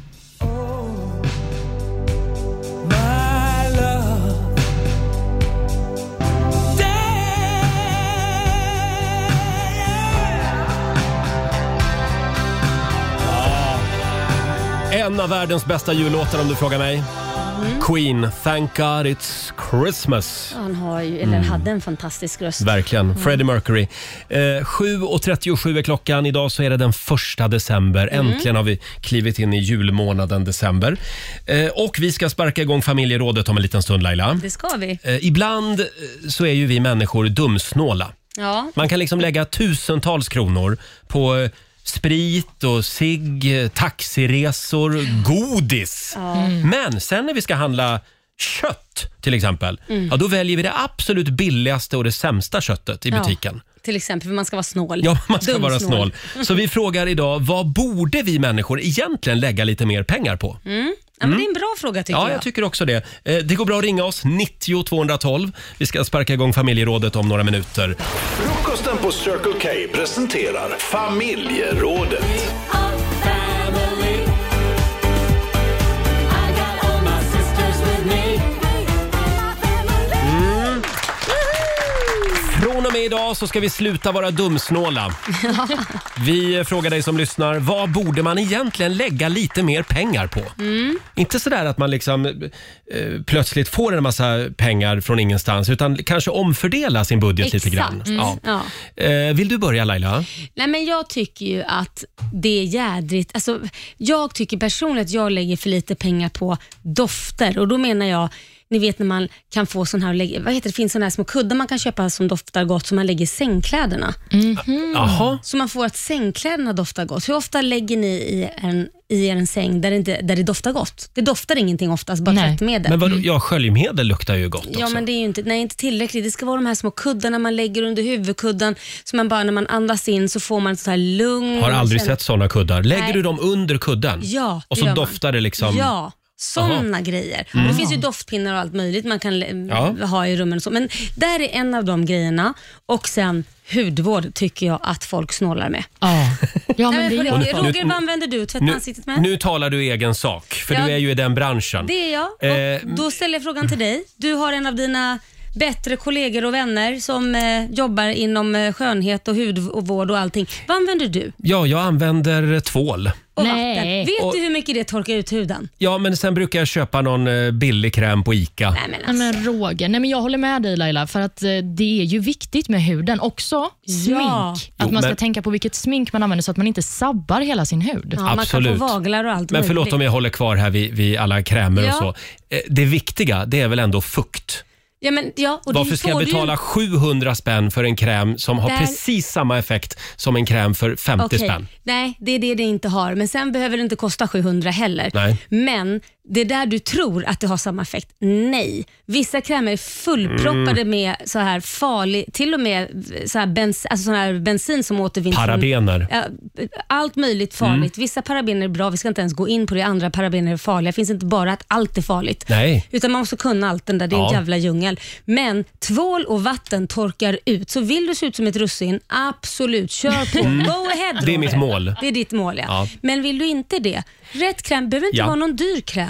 En av världens bästa jullåtar om du frågar mig. Queen, Thank God It's Christmas. Han har ju, eller hade en fantastisk röst. Verkligen. Freddie Mercury. Eh, sju och trettiosju är klockan. Idag så är det den första december. Äntligen har vi klivit in i julmånaden december. Eh, och vi ska sparka igång familjerådet om en liten stund, Laila. Det ska vi. Eh, ibland eh, så är ju vi människor dumsnåla. Ja. Man kan liksom lägga tusentals kronor på eh, sprit och cigg, taxiresor, godis. Men sen när vi ska handla kött till exempel, ja, då väljer vi det absolut billigaste och det sämsta köttet i butiken. Ja, till exempel, för man ska vara snål. Ja, man ska vara Dumsnål. snål. Så vi frågar idag, vad borde vi människor egentligen lägga lite mer pengar på? Ja, men det är en bra fråga tycker Ja, jag. jag tycker också det. Eh, Det går bra att ringa oss, nittio tvåhundratolv. Vi ska sparka igång familjerådet om några minuter. Frukosten på Circle K presenterar familjerådet. Från och med idag så ska vi sluta vara dumsnåla. Vi frågar dig som lyssnar, vad borde man egentligen lägga lite mer pengar på? Mm. Inte sådär att man liksom eh, plötsligt får en massa pengar från ingenstans, utan kanske omfördela sin budget Exakt. lite grann. Mm. Ja. Ja. Eh, vill du börja, Laila? Nej, men jag tycker ju att det är jädrigt. Alltså, jag tycker personligen att jag lägger för lite pengar på dofter, och då menar jag, ni vet när man kan få sån här, lägga- vad heter det, det finns såna här små kuddar man kan köpa som doftar gott som man lägger i sängkläderna. Jaha. Så man får att sängkläderna doftar gott. Hur ofta lägger ni i en, i er en säng där det, inte, där det doftar gott? Det doftar ingenting oftast, bara Nej. tvättmedel. Men vadå, ja, sköljmedel luktar ju gott också. Ja, men det är ju inte, nej, inte tillräckligt. Det ska vara de här små kuddarna man lägger under huvudkudden, så man bara när man andas in så får man ett så här lugn. Har aldrig Man känner- sett såna kuddar. Lägger Nej. du dem under kudden? Ja, Och det så gör man. doftar det liksom... Ja, sådana grejer. Och det finns ju doftpinnar och allt möjligt man kan eh, Ja. ha i rummen och så. Men där är en av de grejerna. Och sen hudvård tycker jag att folk snålar med. Ja, ja men Nej, det men, gör Roger, folk. Roger, vad använder du tvätta Nu, ansiktet med? nu talar du i egen sak, för Ja, du är ju i den branschen. Det är jag. Och Eh, då ställer jag frågan till dig. Du har en av dina bättre kollegor och vänner som eh, jobbar inom eh, skönhet och hudvård och allting. Vad använder du? Ja, jag använder tvål. Och Nej. vatten. Vet Och- du hur mycket det torkar ut huden? Ja, men sen brukar jag köpa någon eh, billig kräm på ICA. Nej, men Nej, alltså. men Roger, nej, men jag håller med dig Laila, för att eh, det är ju viktigt med huden. Också smink. Ja. Att Jo, man ska men- tänka på vilket smink man använder så att man inte sabbar hela sin hud. Ja, man kan Absolut. få vaglar och allt Men förlåt möjligt. om jag håller kvar här vid, vid alla krämer Ja. och så. Eh, Det viktiga, det är väl ändå fukt. Ja, men, ja, och Varför det ska jag får du ju- betala sjuhundra spänn för en kräm som har Där- precis samma effekt som en kräm för femtio Okej. spänn? Nej, det är det det inte har. Men sen behöver det inte kosta sjuhundra heller. Nej. Men det där du tror att det har samma effekt, nej. Vissa krämer är fullproppade Mm. med så här farlig, till och med så här bens, alltså sån här bensin som återvinns. från- Parabener. Ja, allt möjligt farligt. Vissa parabener är bra, vi ska inte ens gå in på det. Andra parabener är farliga. Det finns inte bara att allt är farligt. Nej. Utan man måste kunna allt den där, det är en Ja. jävla djungel. Men tvål och vatten torkar ut. Så vill du se ut som ett russin, absolut, kör på. Go ahead, Mm. Det är mitt Roger. mål. Det är ditt mål, ja. Ja. Men vill du inte det, rätt kräm behöver inte Ja. vara någon dyr kräm.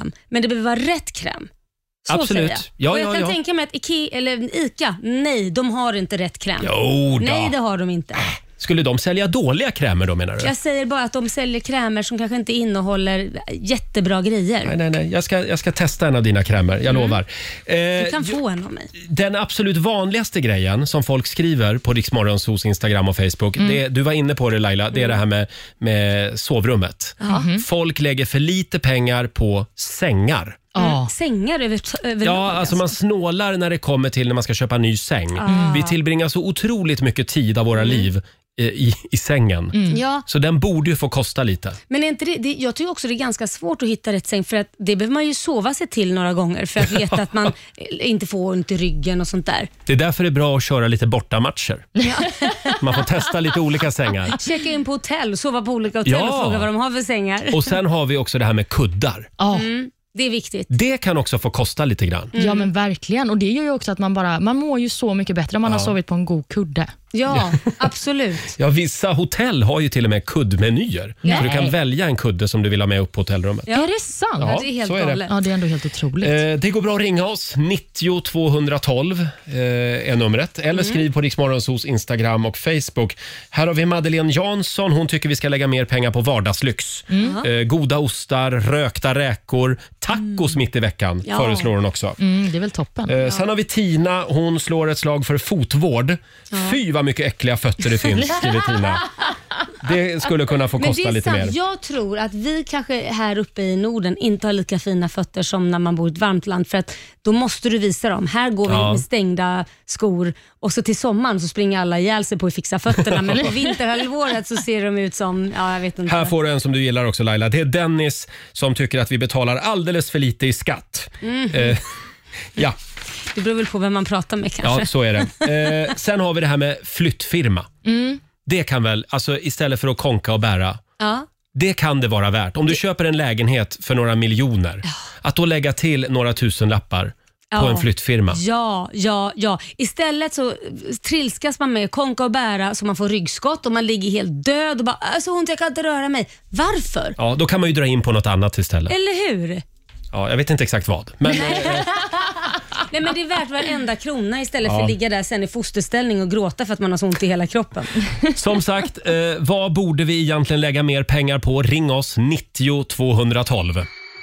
kräm, men det behöver vara rätt kräm. Så Absolut. säger Ja, jag. Och jag ja, kan ja. tänka mig att Ikea, eller Ica, nej, de har inte rätt kräm. Jo då. Nej, det har de inte. Skulle de sälja dåliga krämer då, menar du? Jag säger bara att de säljer krämer som kanske inte innehåller jättebra grejer. Nej, nej, nej. Jag ska, jag ska testa en av dina krämer, jag Mm. lovar. Eh, Du kan få en av mig. Den absolut vanligaste grejen som folk skriver på Rix Morgonzos Instagram och Facebook, Mm. det, du var inne på det Laila, det är det här med, med sovrummet. Folk lägger för lite pengar på sängar. Ja. Sängar över, över Ja, alltså man snålar när det kommer till när man ska köpa ny säng. Vi tillbringar så otroligt mycket tid av våra liv eh, i, i sängen. Ja, Så den borde ju få kosta lite. men är inte det, det, jag tycker också det är ganska svårt att hitta rätt säng, för att det behöver man ju sova sig till några gånger för att veta att man eh, inte får ont i ryggen och sånt där. Det är därför det är bra att köra lite bortamatcher. Man får testa lite olika sängar. Checka in på hotell, sova på olika hotell Ja. och fråga vad de har för sängar. Och sen har vi också det här med kuddar. Ja. Det är viktigt. Det kan också få kosta lite grann. Ja men verkligen, och det gör ju också att man bara man mår ju så mycket bättre om man har sovit på en god kudde. Ja, absolut. Ja, vissa hotell har ju till och med kuddmenyer. Så du kan välja en kudde som du vill ha med upp på hotellrummet. Ja. Är det sant? Ja, Det är helt så är det. galet. Ja, det är ändå helt otroligt. Eh, det går bra att ringa oss. nittio tvåhundratolv eh, är numret. Eller skriv på Rix Morgonzos Instagram och Facebook. Här har vi Madeleine Jansson. Hon tycker vi ska lägga mer pengar på vardagslyx. Eh, goda ostar, rökta räkor, tacos mitt i veckan Ja. föreslår hon också. Mm, det är väl toppen. Eh, sen har vi Tina. Hon slår ett slag för fotvård. Fy vad mycket äckliga fötter det finns, skriver Tina. Det skulle kunna få Men det kosta är lite sant. mer. Jag tror att vi kanske här uppe i Norden inte har lika fina fötter som när man bor i ett varmt land, för att då måste du visa dem. Här går vi Ja. med stängda skor och så till sommaren så springer alla ihjäl sig på att fixa fötterna, men på vinterhalvåret så ser de ut som, ja jag vet inte. Här får du en som du gillar också Laila. Det är Dennis som tycker att vi betalar alldeles för lite i skatt. Eh, ja. Det beror väl på vem man pratar med kanske. Ja, så är det. Eh, sen har vi det här med flyttfirma. Det kan väl, alltså istället för att konka och bära, Ja. det kan det vara värt. Om du köper en lägenhet för några miljoner, att då lägga till några tusen lappar på Ja. en flyttfirma. Ja, ja, ja. Istället så trilskas man med konka och bära så man får ryggskott och man ligger helt död och bara alltså ont, jag kan inte röra mig. Varför? Ja, då kan man ju dra in på något annat istället. Eller hur? Ja, jag vet inte exakt vad. Men, eh, Nej, men det är värt varenda krona istället Ja. för att ligga där sen i fosterställning och gråta för att man har så ont i hela kroppen. som sagt, eh, vad borde vi egentligen lägga mer pengar på? Ring oss, nittio tvåhundratolv.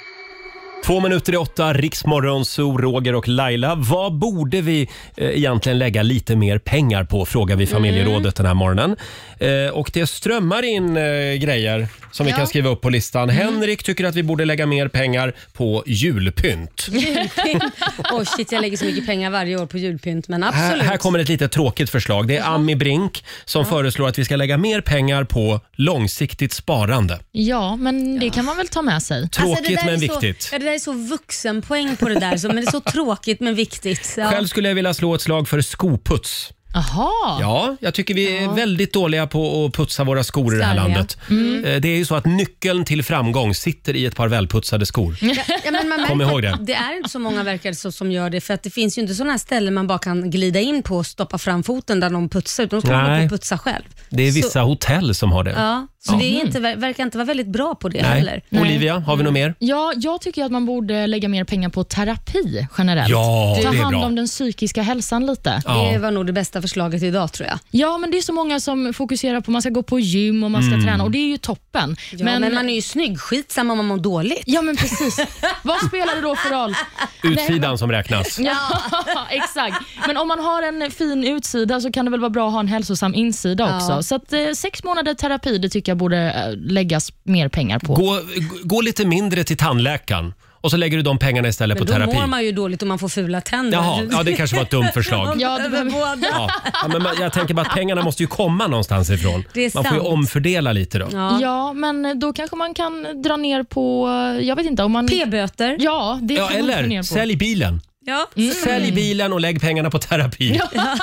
Två minuter i åtta, Riksmorgon, Zoo, Roger och Laila. Vad borde vi eh, egentligen lägga lite mer pengar på, frågar vi familjerådet den här morgonen. Eh, och det strömmar in eh, grejer som vi Ja. kan skriva upp på listan. Henrik tycker att vi borde lägga mer pengar på julpynt. Julpynt. Oh shit, jag lägger så mycket pengar varje år på julpynt, men Här, absolut. här kommer ett lite tråkigt förslag. Det är Ami Brink som föreslår att vi ska lägga mer pengar på långsiktigt sparande. Ja, men det kan man väl ta med sig. Tråkigt Alltså, det där men är så, viktigt. Ja, det där är så vuxenpoäng på det där, så, men det är så tråkigt men viktigt. Ja. Själv skulle jag vilja slå ett slag för skoputs. Jaha. Ja, jag tycker vi är väldigt dåliga på att putsa våra skor i det här Slarviga. landet. Eh, Det är ju så att nyckeln till framgång sitter i ett par välputsade skor. Ja, ja, men man Kom märker ihåg det. att det är inte så många verkar så som gör det, för att det finns ju inte sådana här ställen man bara kan glida in på och stoppa fram foten där de putsar, utan de ska hålla Nej. på och putsa själv. Det är vissa Så, hotell som har det. ja, så det är inte, verkar inte vara väldigt bra på det heller. Nej. Olivia, har vi något mer? Ja, jag tycker att man borde lägga mer pengar på terapi generellt. Ja, Ta det är hand bra. om den psykiska hälsan lite. Ja. Det var nog det bästa förslaget idag, tror jag. Ja, men det är så många som fokuserar på att man ska gå på gym och man ska träna och det är ju toppen. Ja, men, man är ju snygg, skitsamma om man mår dåligt. Ja, men precis. Vad spelar det då för roll? Utsidan som räknas. Ja, exakt. Men om man har en fin utsida så kan det väl vara bra att ha en hälsosam insida Ja. också. Så att eh, sex månader terapi, det tycker jag borde eh, läggas mer pengar på. Gå, gå lite mindre till tandläkaren och så lägger du de pengarna istället Men på då terapi. mår man ju dåligt om man får fula tänder. Jaha, ja, det kanske var ett dumt förslag. Ja, det Över behöver- båda. Ja. Ja, men man- jag tänker bara att pengarna måste ju komma någonstans ifrån. Det är Man får ju sant. omfördela lite då. Ja. Ja, men då kanske man kan dra ner på, eh, jag vet inte om man... P-böter. Ja, det Ja, kan man dra ner eller på. sälj bilen. Ja. Sälj bilen och lägg pengarna på terapi.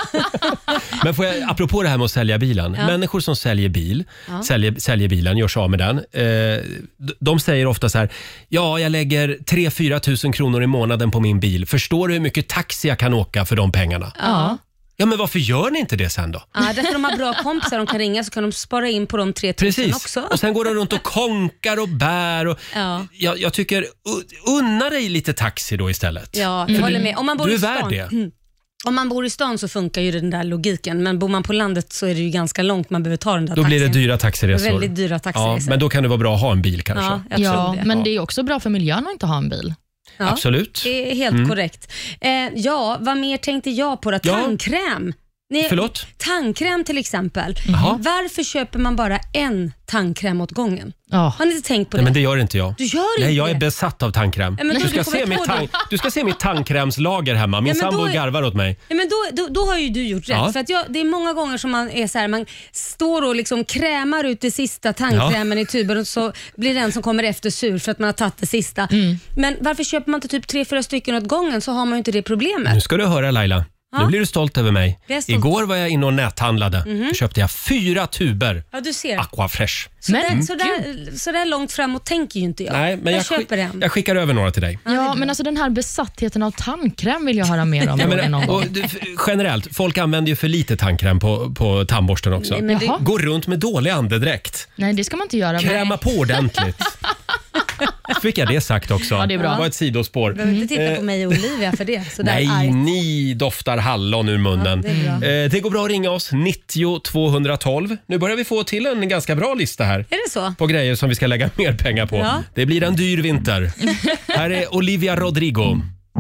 Men får jag, apropå det här med att sälja bilen. Människor som säljer bil, säljer, säljer bilen, gör sig av med den. Eh, d- de säger ofta så här: ja, jag lägger tre till fyra tusen kronor i månaden på min bil. Förstår du hur mycket taxi jag kan åka för de pengarna? Ja. Ja, men varför gör ni inte det sen då? Ja, därför de har bra kompisar de kan ringa så kan de spara in på de tre tusen Precis. också. Och sen går de runt och konkar och bär. Och Ja. jag, jag tycker, uh, unna dig lite taxi då istället. Ja, jag håller med. Om man bor Du är i stan, värd det. Mm. Om man bor i stan så funkar ju den där logiken, men bor man på landet så är det ju ganska långt man behöver ta den där Då taxin. blir det dyra taxiresor. Väldigt dyra taxiresor. Ja, men då kan det vara bra att ha en bil kanske. Ja, jag tror Ja, det. men det är också bra för miljön att inte ha en bil. Ja, Absolut. det är helt Mm. korrekt. Eh, ja, vad mer tänkte jag på då? Ja. Tandkräm. Nej, Förlåt? Tandkräm till exempel. Jaha. Varför köper man bara en tandkräm åt gången? Ja. Har ni inte tänkt på det? Nej, men det gör inte jag. Du gör Nej, inte jag är det? besatt av tandkräm. Ja, men då du, du ska kommer se på mitt det. tan- du ska se mitt tandkrämslager hemma. Min Ja, men sambo då är- garvar åt mig. Ja, men då, då, då har ju du gjort rätt. Ja. För att jag, det är många gånger som man är så här, man står och liksom krämar ut det sista tandkrämen i tuben och så blir den som kommer efter sur för att man har tagit det sista. Men varför köper man inte typ tre, fyra stycken åt gången så har man ju inte det problemet. Nu ska du höra Laila. Ja. Nu blir du stolt över mig. Jag är stolt. Igår var jag inne och näthandlade. Då köpte jag fyra tuber Ja, du ser. Aquafresh. Så, Men där, så, där, så där långt framåt tänker ju inte jag. Nej, men jag, jag köper skick- en. jag skickar över några till dig. Ja, men alltså den här besattheten av tandkräm vill jag höra mer om. Ja, Roger, men, någon gång. och, du, f- generellt, folk använder ju för lite tandkräm på, på tandborsten också. Nej, men det- Jaha. Gå runt med dålig andedräkt. Nej, det ska man inte göra. Kräma på ordentligt. Fick jag det sagt också? Ja, det är bra. Det var ett sidospår. Du behöver inte titta Eh, på mig och Olivia för det. Så där Nej, argt. ni doftar hallon ur munnen. Ja, det är bra. Eh, det går bra att ringa oss, nittio tvåhundratolv. Nu börjar vi få till en ganska bra lista här. Är det så? På grejer som vi ska lägga mer pengar på. Ja. Det blir en dyr vinter. Här är Olivia Rodrigo.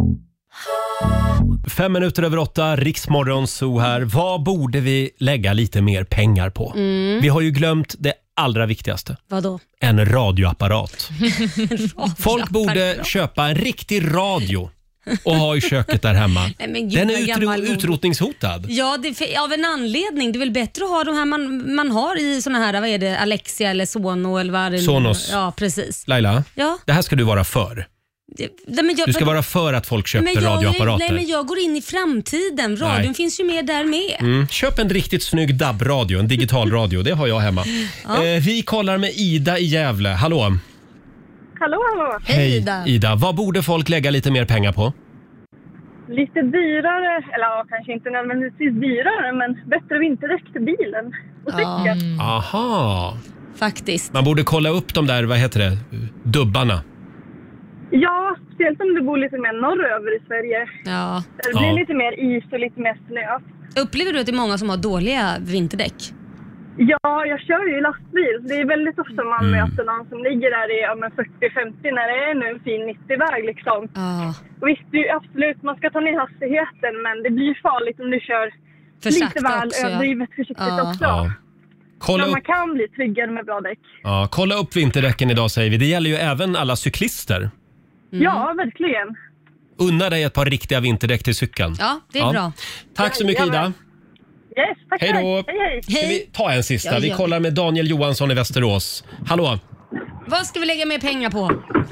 Fem minuter över åtta, Riksmorgon Zoo här. Vad borde vi lägga lite mer pengar på? Mm. Vi har ju glömt det allra viktigaste. Vadå? En radioapparat. Folk borde köpa en riktig radio och ha i köket där hemma. Nej, men gud, Den är vad utro- gammal hon- utrotningshotad. Ja, det, för, av en anledning. Det är väl bättre att ha de här man, man har i såna här, vad är det, Alexia eller Sono eller vad det nu- Sonos. Ja, precis. Laila, Ja. det här ska du vara för. Det- Nej, men jag, Du ska vara för att folk köper men jag, radioapparater. Nej, men jag går in i framtiden. Radion Nej. finns ju med där med. Mm. Köp en riktigt snygg D A B-radio, en digital radio. Det har jag hemma. Eh, vi kollar med Ida i Gävle. Hallå! Hallå, hallå. Hej, Ida. Ida, vad borde folk lägga lite mer pengar på? Lite dyrare, eller ja, kanske inte nödvändigtvis dyrare, men bättre vinterdäck till bilen och cykeln. Aha! Faktiskt. Man borde kolla upp de där, vad heter det, dubbarna. Ja, speciellt om du bor lite mer norröver i Sverige. Ja. Där det blir Ja. lite mer is och lite mer snö. Upplever du att det är många som har dåliga vinterdäck? Ja, jag kör ju lastbil. Det är väldigt ofta man Mm. möter någon som ligger där i ja, men fyrtio femtio när det är nu en fin nittio-väg liksom. Ja. Och visst, det är absolut, man ska ta ner hastigheten, men det blir farligt om du kör För lite sakta väl också, ja. överdrivet försiktigt Ja. också. Ja. Kolla, Men man upp, kan bli tryggare med bra däck. ja, kolla upp vinterdäcken idag säger vi. Det gäller ju även alla cyklister. Ja, verkligen. Unna dig ett par riktiga vinterdäck till cykeln. Ja, det är Ja. bra. Tack så mycket Ida. Yes, tack, Hej då. tack. Hej, hej. Ska vi ta en sista? Ja, Vi ja. kollar med Daniel Johansson i Västerås. Hallå! Vad ska vi lägga mer pengar på?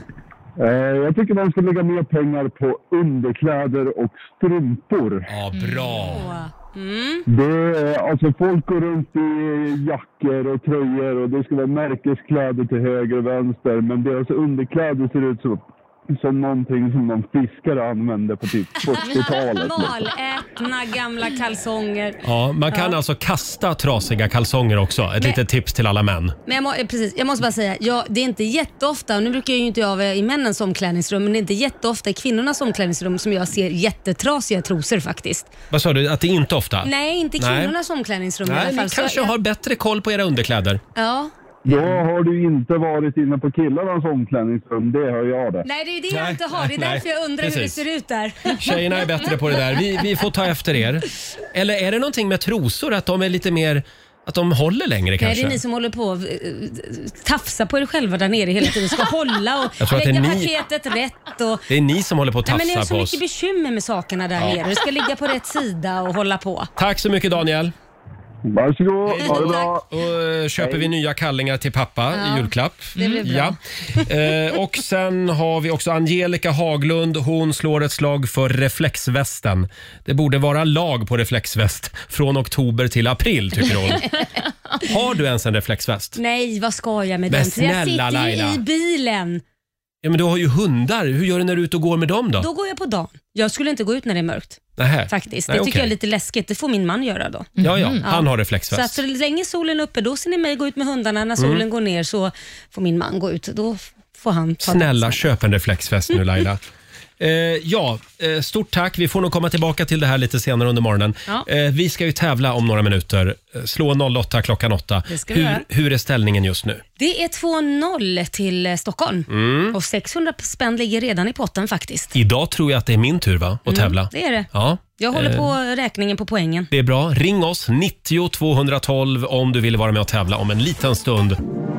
Eh, jag tycker man ska lägga mer pengar på underkläder och strumpor. Ja, bra. Mm. Det, är- alltså folk går runt i jackor och tröjor och det ska vara märkeskläder till höger och vänster. Men deras underkläder ser ut som, som någonting som någon fiskare använde på typ fyrtiotalet. liksom. Malätna gamla kalsonger. Ja, man kan alltså kasta trasiga kalsonger också. Ett Men- litet tips till alla män. Men jag, må, eh, precis, jag måste bara säga, ja, det är inte jätteofta, och nu brukar jag ju inte jag vara i männens omklädningsrum, men det är inte jätteofta i kvinnornas omklädningsrum som jag ser jättetrasiga trosor faktiskt. Vad sa du? Att det är inte ofta? Nej, inte i Nej. kvinnornas omklädningsrum i Nej, alla ni fall. Så kanske jag- har bättre koll på era underkläder. Ja. Då har du inte varit inne på killarnas omklädningsrum, det hör jag det. Nej, det är det jag Nej, inte har. Det är nej, därför jag undrar hur det precis. ser ut där. Tjejerna är bättre på det där. Vi, vi får ta efter er. Eller är det någonting med trosor? Att de är lite mer... Att de håller längre Nej, kanske? det är ni som håller på att eh, tafsa på er själva där nere hela tiden. Ska hålla och Jag tror att det är lägga ni- paketet rätt. Och... Det är ni som håller på att Nej, men det är tafsa så på mycket oss. bekymmer med sakerna där nere. Det ska ligga på rätt sida och hålla på. Tack så mycket Daniel. Varsågod, ha det bra. Och eh, köper vi nya kallingar till pappa i julklapp. Det blir bra. Ja. Eh, och sen har vi också Angelica Haglund. Hon slår ett slag för reflexvästen. Det borde vara lag på reflexväst från oktober till april, tycker hon. Har du ens en reflexväst? Nej, vad ska jag med Men den? För jag snälla, sitter ju Laila. i bilen. Ja, men du har ju hundar. Hur gör du när du är ute och går med dem då? Då går jag på dagen. Jag skulle inte gå ut när det är mörkt. Nähä. Faktiskt. Nej, Det tycker okej. jag är lite läskigt. Det får min man göra då. Ja, ja. Mm. Han Ja. har Så reflexväst. att så länge solen är uppe, då ser ni mig gå ut med hundarna. När solen Mm. går ner så får min man gå ut. Då får han ta Snälla, köp en reflexväst nu, Laila. Eh, ja, eh, stort tack. Vi får nog komma tillbaka till det här lite senare under morgonen. Ja. Eh, vi ska ju tävla om några minuter. Eh, Slå noll åtta klockan åtta. Det ska vi Hur, göra. hur är ställningen just nu? Det är två noll till eh, Stockholm. Mm. Och sexhundra spänn ligger redan i potten faktiskt. Idag tror jag att det är min tur, va? Att tävla. Mm, det är det. Ja. Jag håller Eh, på räkningen på poängen. Det är bra. Ring oss, nittio tvåhundratolv om du vill vara med och tävla om en liten stund.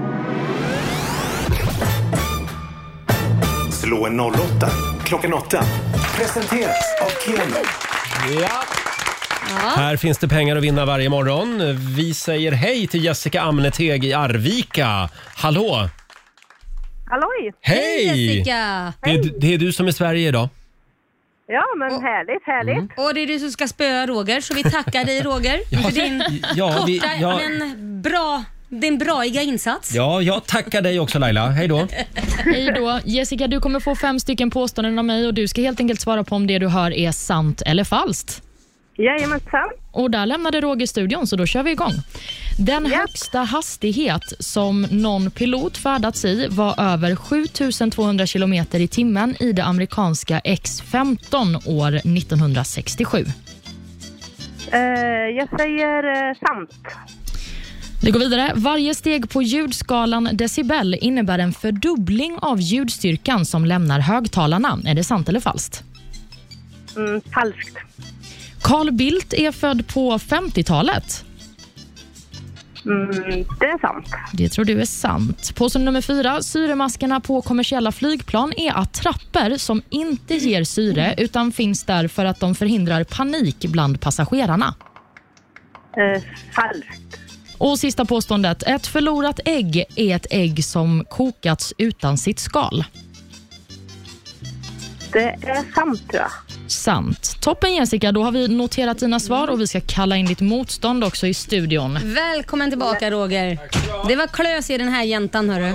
Slå en noll åtta klockan åtta. Presenteras av Keno. Ja. Här finns det pengar att vinna varje morgon. Vi säger hej till Jessica Amneteg i Arvika. Hallå! Halloj! Hej! Hej Jessica! Det är, det är du som är Sverige idag. Ja, men härligt, härligt. Och det är du som ska spöa Roger, så vi tackar dig Roger Ja. för din Ja, korta vi- ja. men bra, din braiga insats. Ja, jag tackar dig också, Laila. Hej då. Hej då. Jessica, du kommer få fem stycken påståenden av mig och du ska helt enkelt svara på om det du hör är sant eller falskt. Jajamensan. Och där lämnade Roger studion, så då kör vi igång. Den högsta hastighet som någon pilot färdats i var över sju tusen tvåhundra kilometer i timmen i det amerikanska X femton år nittonhundrasextiosju. Uh, jag säger uh, sant. Vi går vidare. Varje steg på ljudskalan decibel innebär en fördubbling av ljudstyrkan som lämnar högtalarna. Är det sant eller falskt? Mm, falskt. Carl Bildt är född på femtiotalet. Mm, det är sant. Det tror du är sant. Påstående nummer fyra. Syremaskerna på kommersiella flygplan är attrapper som inte ger syre utan finns där för att de förhindrar panik bland passagerarna. Uh, falskt. Och sista påståendet. Ett förlorat ägg är ett ägg som kokats utan sitt skal. Det är sant, tror jag. Sant. Toppen Jessica, då har vi noterat dina svar och vi ska kalla in ditt motstånd också i studion. Välkommen tillbaka Roger. Det var klös i den här jäntan, hörru.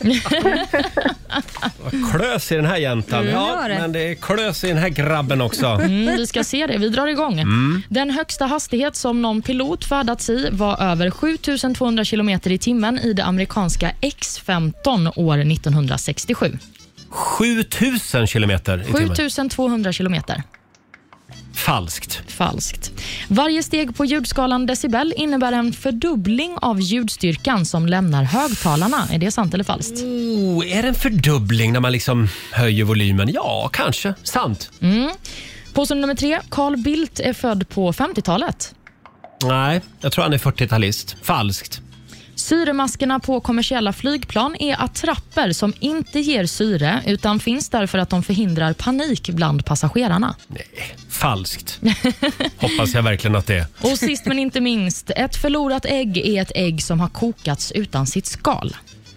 Klös i den här jäntan. Mm, ja, det var det. men det är klös i den här grabben också. Mm, vi ska se det. Vi drar igång. Mm. Den högsta hastighet som någon pilot färdats i var över sju tusen tvåhundra kilometer i timmen i det amerikanska X femton år nittonhundrasextiosju. sju tusen kilometer i timmen. sju tusen tvåhundra kilometer. Falskt. Falskt. Varje steg på ljudskalan decibel innebär en fördubbling av ljudstyrkan som lämnar högtalarna. Är det sant eller falskt? Oh, är det en fördubbling när man liksom höjer volymen? Ja, kanske. Sant. Mm. Påstående nummer tre. Carl Bildt är född på femtiotalet. Nej, jag tror han är fyrtiotalist. Falskt. Syremaskerna på kommersiella flygplan är attrapper som inte ger syre utan finns där för att de förhindrar panik bland passagerarna. Nej, falskt. Hoppas jag verkligen att det är. Och sist men inte minst, ett förlorat ägg är ett ägg som har kokats utan sitt skal.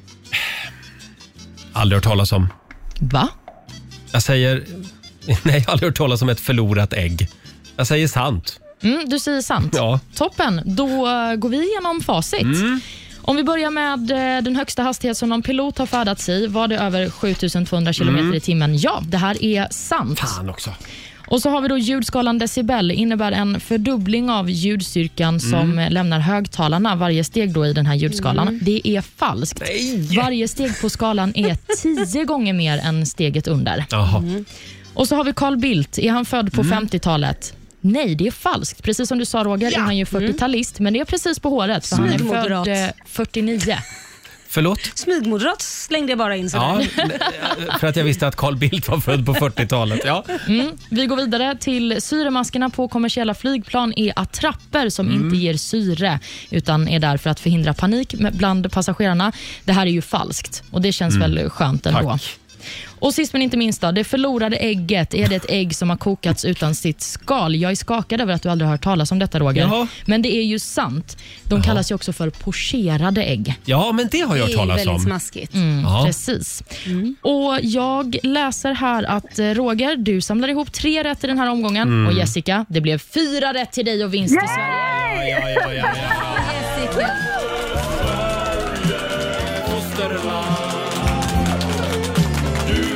Aldrig hört talas om. Va? Jag säger... Nej, jag har aldrig hört talas om ett förlorat ägg. Jag säger sant. Mm, du säger sant. Ja. Toppen, då uh, går vi igenom facit. Mm. Om vi börjar med uh, den högsta hastighet som någon pilot har färdats i, var det över sju tusen tvåhundra kilometer Mm. i timmen. Ja, det här är sant. Fan också. Och så har vi då ljudskalan decibel, innebär en fördubbling av ljudstyrkan som Mm. lämnar högtalarna varje steg då i den här ljudskalan. Mm. Det är falskt. Nej. Varje steg på skalan är tio gånger mer än steget under. Jaha. Mm. Och så har vi Carl Bildt. Är han född på femtiotalet? Nej, det är falskt. Precis som du sa Roger, är han ju fyrtiotalist, men det är precis på håret. För han är Smygmoderat. född eh, fyrtionio. Förlåt? Smygmoderat slängde jag bara in sådär. Ja, för att jag visste att Carl Bildt var född på fyrtiotalet. Ja. Mm. Vi går vidare till syremaskerna på kommersiella flygplan är attrapper som Mm. inte ger syre utan är där för att förhindra panik med- bland passagerarna. Det här är ju falskt och det känns Mm. väl skönt ändå. Tack. Och sist men inte minst då, det förlorade ägget. Är det ett ägg som har kokats utan sitt skal? Jag är skakad över att du aldrig har hört talas om detta, Roger. Jaha. Men det är ju sant. De Jaha. kallas ju också för pocherade ägg. Ja, men det har jag hört Det är talas väldigt om. smaskigt. Mm, Ja. Precis. Och jag läser här att eh, Roger, du samlar ihop tre rätt i den här omgången. Mm. Och Jessica, det blev fyra rätt till dig och vinst i Sverige. Ja, ja, ja, ja, ja. Jessica. Fosterland. Du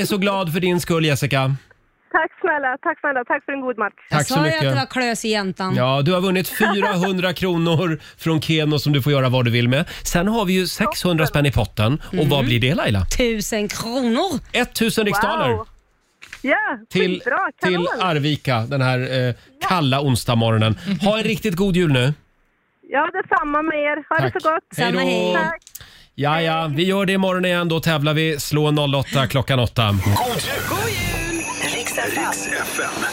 är så glad för din skull, Jessica. Tack snälla, tack snälla, tack för en god match. Tack så Jag sa ju mycket. att det var klös i jäntan. Ja, du har vunnit fyrahundra kronor från Keno som du får göra vad du vill med. Sen har vi ju sexhundra spänn i potten. Och vad blir det, Laila? Tusen kronor. tusen riksdaler. Wow. Ja, Till, skitbra. till Kanon. Arvika den här eh, kalla onsdagmorgonen. Ha en riktigt god jul nu. Ja, detsamma med er. Ha Tack. det så gott. Hej då. Samma hej. Tack. Ja, ja, vi gör det imorgon igen. Då tävlar vi. Slå noll åtta klockan åtta. God jul! God jul! Riks F M.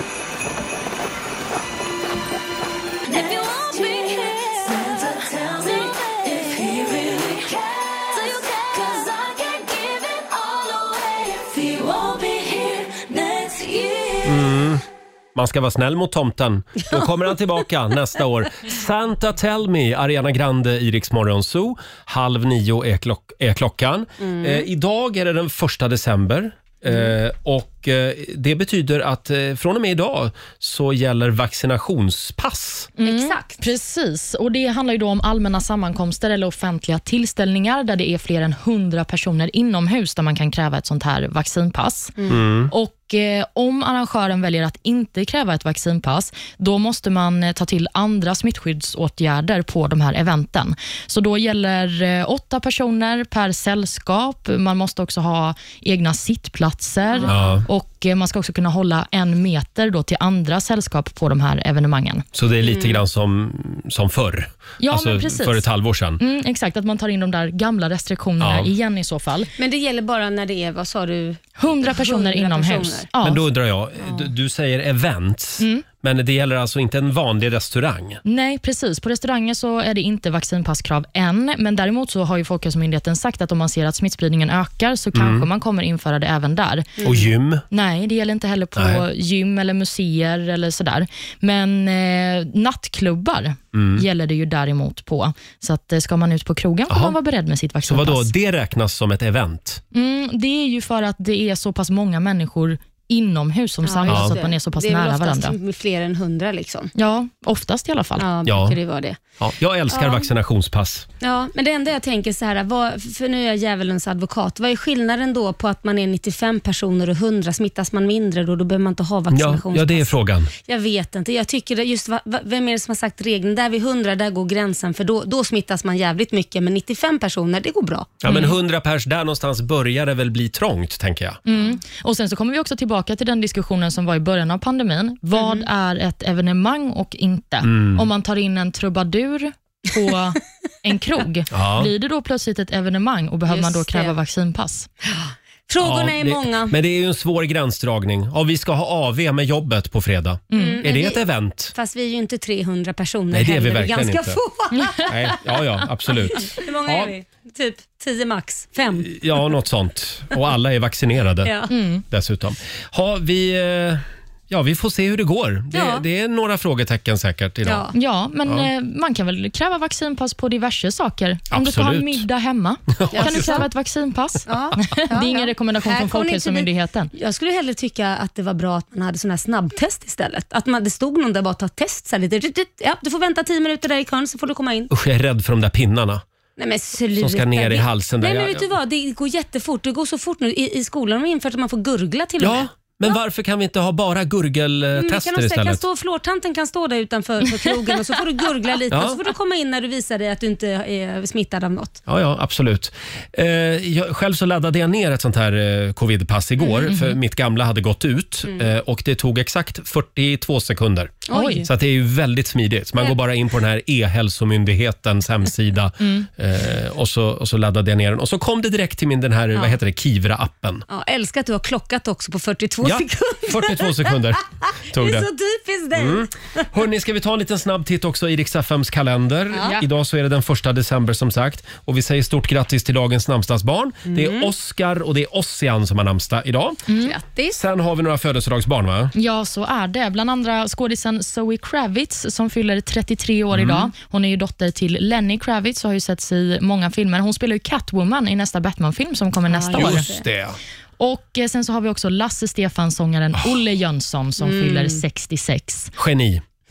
Mm. Man ska vara snäll mot tomten. Då kommer han tillbaka nästa år. Santa Tell Me, Ariana Grande i Rix Morgon Zoo. Halv nio är, klock- är klockan. Mm. Eh, idag är det den första december. Eh, och eh, det betyder att eh, från och med idag så gäller vaccinationspass. Mm, Exakt. Precis, och det handlar ju då om allmänna sammankomster eller offentliga tillställningar där det är fler än hundra personer inomhus där man kan kräva ett sånt här vaccinpass. Mm. Och eh, om arrangören väljer att inte kräva ett vaccinpass, då måste man eh, ta till andra smittskyddsåtgärder på de här eventen. Så då gäller eh, åtta personer per sällskap. Man måste också ha egna sittplatser. Ja. Och eh, man ska också kunna hålla en meter då till andra sällskap på de här evenemangen. Så det är lite grann som, som förr. Ja, alltså men precis. för ett halvår sedan. Mm, exakt, att man tar in de där gamla restriktionerna Ja. igen i så fall. Men det gäller bara när det är, vad sa du? hundra personer hundra inomhus. personer. Ja. Men då undrar jag, du, du säger events, Mm. men det gäller alltså inte en vanlig restaurang? Nej, precis. På restauranger så är det inte vaccinpasskrav än, men däremot så har ju Folkhälsomyndigheten sagt att om man ser att smittspridningen ökar så Mm. kanske man kommer införa det även där. Och gym? Nej, det gäller inte heller på Nej. gym eller museer eller sådär. Men eh, nattklubbar Mm. gäller det ju däremot på. Så att eh, ska man ut på krogen får Aha. man vara beredd med sitt Så vaccinpass. vadå, det räknas som ett event? Mm, det är ju för att det är så pass många människor inomhus som samlas just så det. att man är så pass det är nära väl oftast varandra. fler än hundra liksom. Ja, oftast i alla fall. Ja, Ja. brukar det vara det. Ja, jag älskar Ja. vaccinationspass. Ja, men det enda jag tänker så här, vad, för nu är jag djävulens advokat. Vad är skillnaden då på att man är nittiofem personer och hundra? Smittas man mindre då, då behöver man inte ha Ja, vaccinationspass? ja, det är frågan. Jag vet inte. Jag tycker det just, va, va, vem är det som har sagt regeln? Där vid hundra, där går gränsen, för då, då smittas man jävligt mycket. Men nittiofem personer, det går bra. Ja, men hundra pers, där någonstans börjar det väl bli trångt, tänker jag. Mm. Och sen så kommer vi också tillbaka till den diskussionen som var i början av pandemin. Vad Mm. är ett evenemang och inte? Mm. Om man tar in en trubadur på en krog, Ja. blir det då plötsligt ett evenemang och behöver man då Just kräva det. vaccinpass? Frågorna Ja, är det- många. Men det är ju en svår gränsdragning. Ja, vi ska ha A V med jobbet på fredag. Mm, Är men det vi- ett event? Fast vi är ju inte trehundra personer Nej, det är vi heller. verkligen ganska inte. få. Nej, ja, ja, absolut. Hur många Ja. är vi? Typ tio max? Fem? Ja, något sånt. Och alla är vaccinerade Ja. dessutom. Ha, vi, eh, ja, vi får se hur det går. Det, Ja. det är några frågetecken säkert idag. Ja. Ja, men Ja. eh, man kan väl kräva vaccinpass på diverse saker. Om du ska ha en Absolut. middag hemma, kan du just kräva det. ett vaccinpass. Ja. Det är ingen rekommendation Här från kommer inte Folkhälsomyndigheten. bli- Jag skulle hellre tycka att det var bra att man hade såna här snabbtest istället. Att man, det stod någon där bara ta ett test. Så här lite, ja, du får vänta tio minuter där i kön så får du komma in. Usch, jag är rädd för de där pinnarna. Nej, men sluta. Som ska ner i Det- halsen där. Nej, men Jag- vet du vad? Det går jättefort. Det går så fort nu. I, i skolan har de infört att man får gurgla till och Ja, med. men varför kan vi inte ha bara Men vi gurgeltester kan, kan istället? stå, flårtanten kan stå där utanför för krogen och så får du gurgla lite Ja. och så får du komma in när du visar dig att du inte är smittad av något. Ja, ja, absolut. Eh, jag, själv så laddade jag ner ett sånt här eh, covidpass igår, Mm, för mitt gamla hade gått ut eh, och det tog exakt fyrtiotvå sekunder. Oj. Så att det är ju väldigt smidigt. Man går bara in på den här E-hälsomyndighetens hemsida Mm. eh, och, så, och så laddade jag ner den. Och så kom det direkt till min den här, vad heter det, Kivra-appen. Ja, älskar att du har klockat också på fyrtiotvå Ja, sekunder. fyrtiotvå sekunder tog Det är det. så typiskt dig. Mm. Hörrni, ska vi ta en liten snabb titt också i Rix F M:s kalender. Ja. Idag så är det den första december som sagt. Och vi säger stort grattis till dagens namnsdagsbarn. Det är Oscar och det är Ossian som har namnsdag idag. Grattis. Sen har vi några födelsedagsbarn, va? Ja, så är det. Bland andra skådisen Zoe Kravitz som fyller trettiotre år idag. Hon är ju dotter till Lenny Kravitz och har ju setts i många filmer. Hon spelar ju Catwoman i nästa Batman-film som kommer nästa år. Just det. Och eh, sen så har vi också Lasse Stefans sångaren Olle Jönsson som fyller sextiosex. Geni.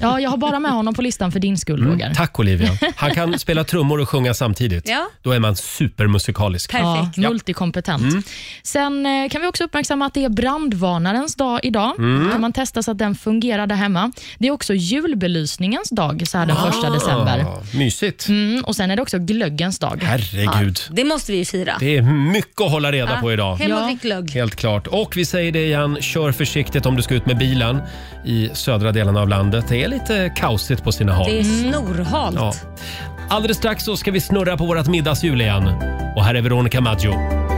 Ja, jag har bara med honom på listan för din skull, Roger. Mm, tack Olivia. Han kan spela trummor och sjunga samtidigt. Ja. Då är man supermusikalisk. Perfekt. Ja, multikompetent. Mm. Sen eh, kan vi också uppmärksamma att det är brandvarnarens dag idag. Mm. Kan man testa så att den fungerar där hemma. Det är också julbelysningens dag så här den första december. Mysigt. Mm, och sen är det också glöggens dag. Herregud. Ja, det måste vi ju fira. Det är mycket att hålla reda Ja, på idag. Hem och Ja. drick glögg. Helt klart. Och vi säger det igen, kör försiktigt om du ska ut med bilen i södra delen av landet. Det är lite kaosigt på sina håll. Det är snorhalt. Ja. Alldeles strax så ska vi snurra på vårt middagsjul igen. Och här är Veronica Maggio.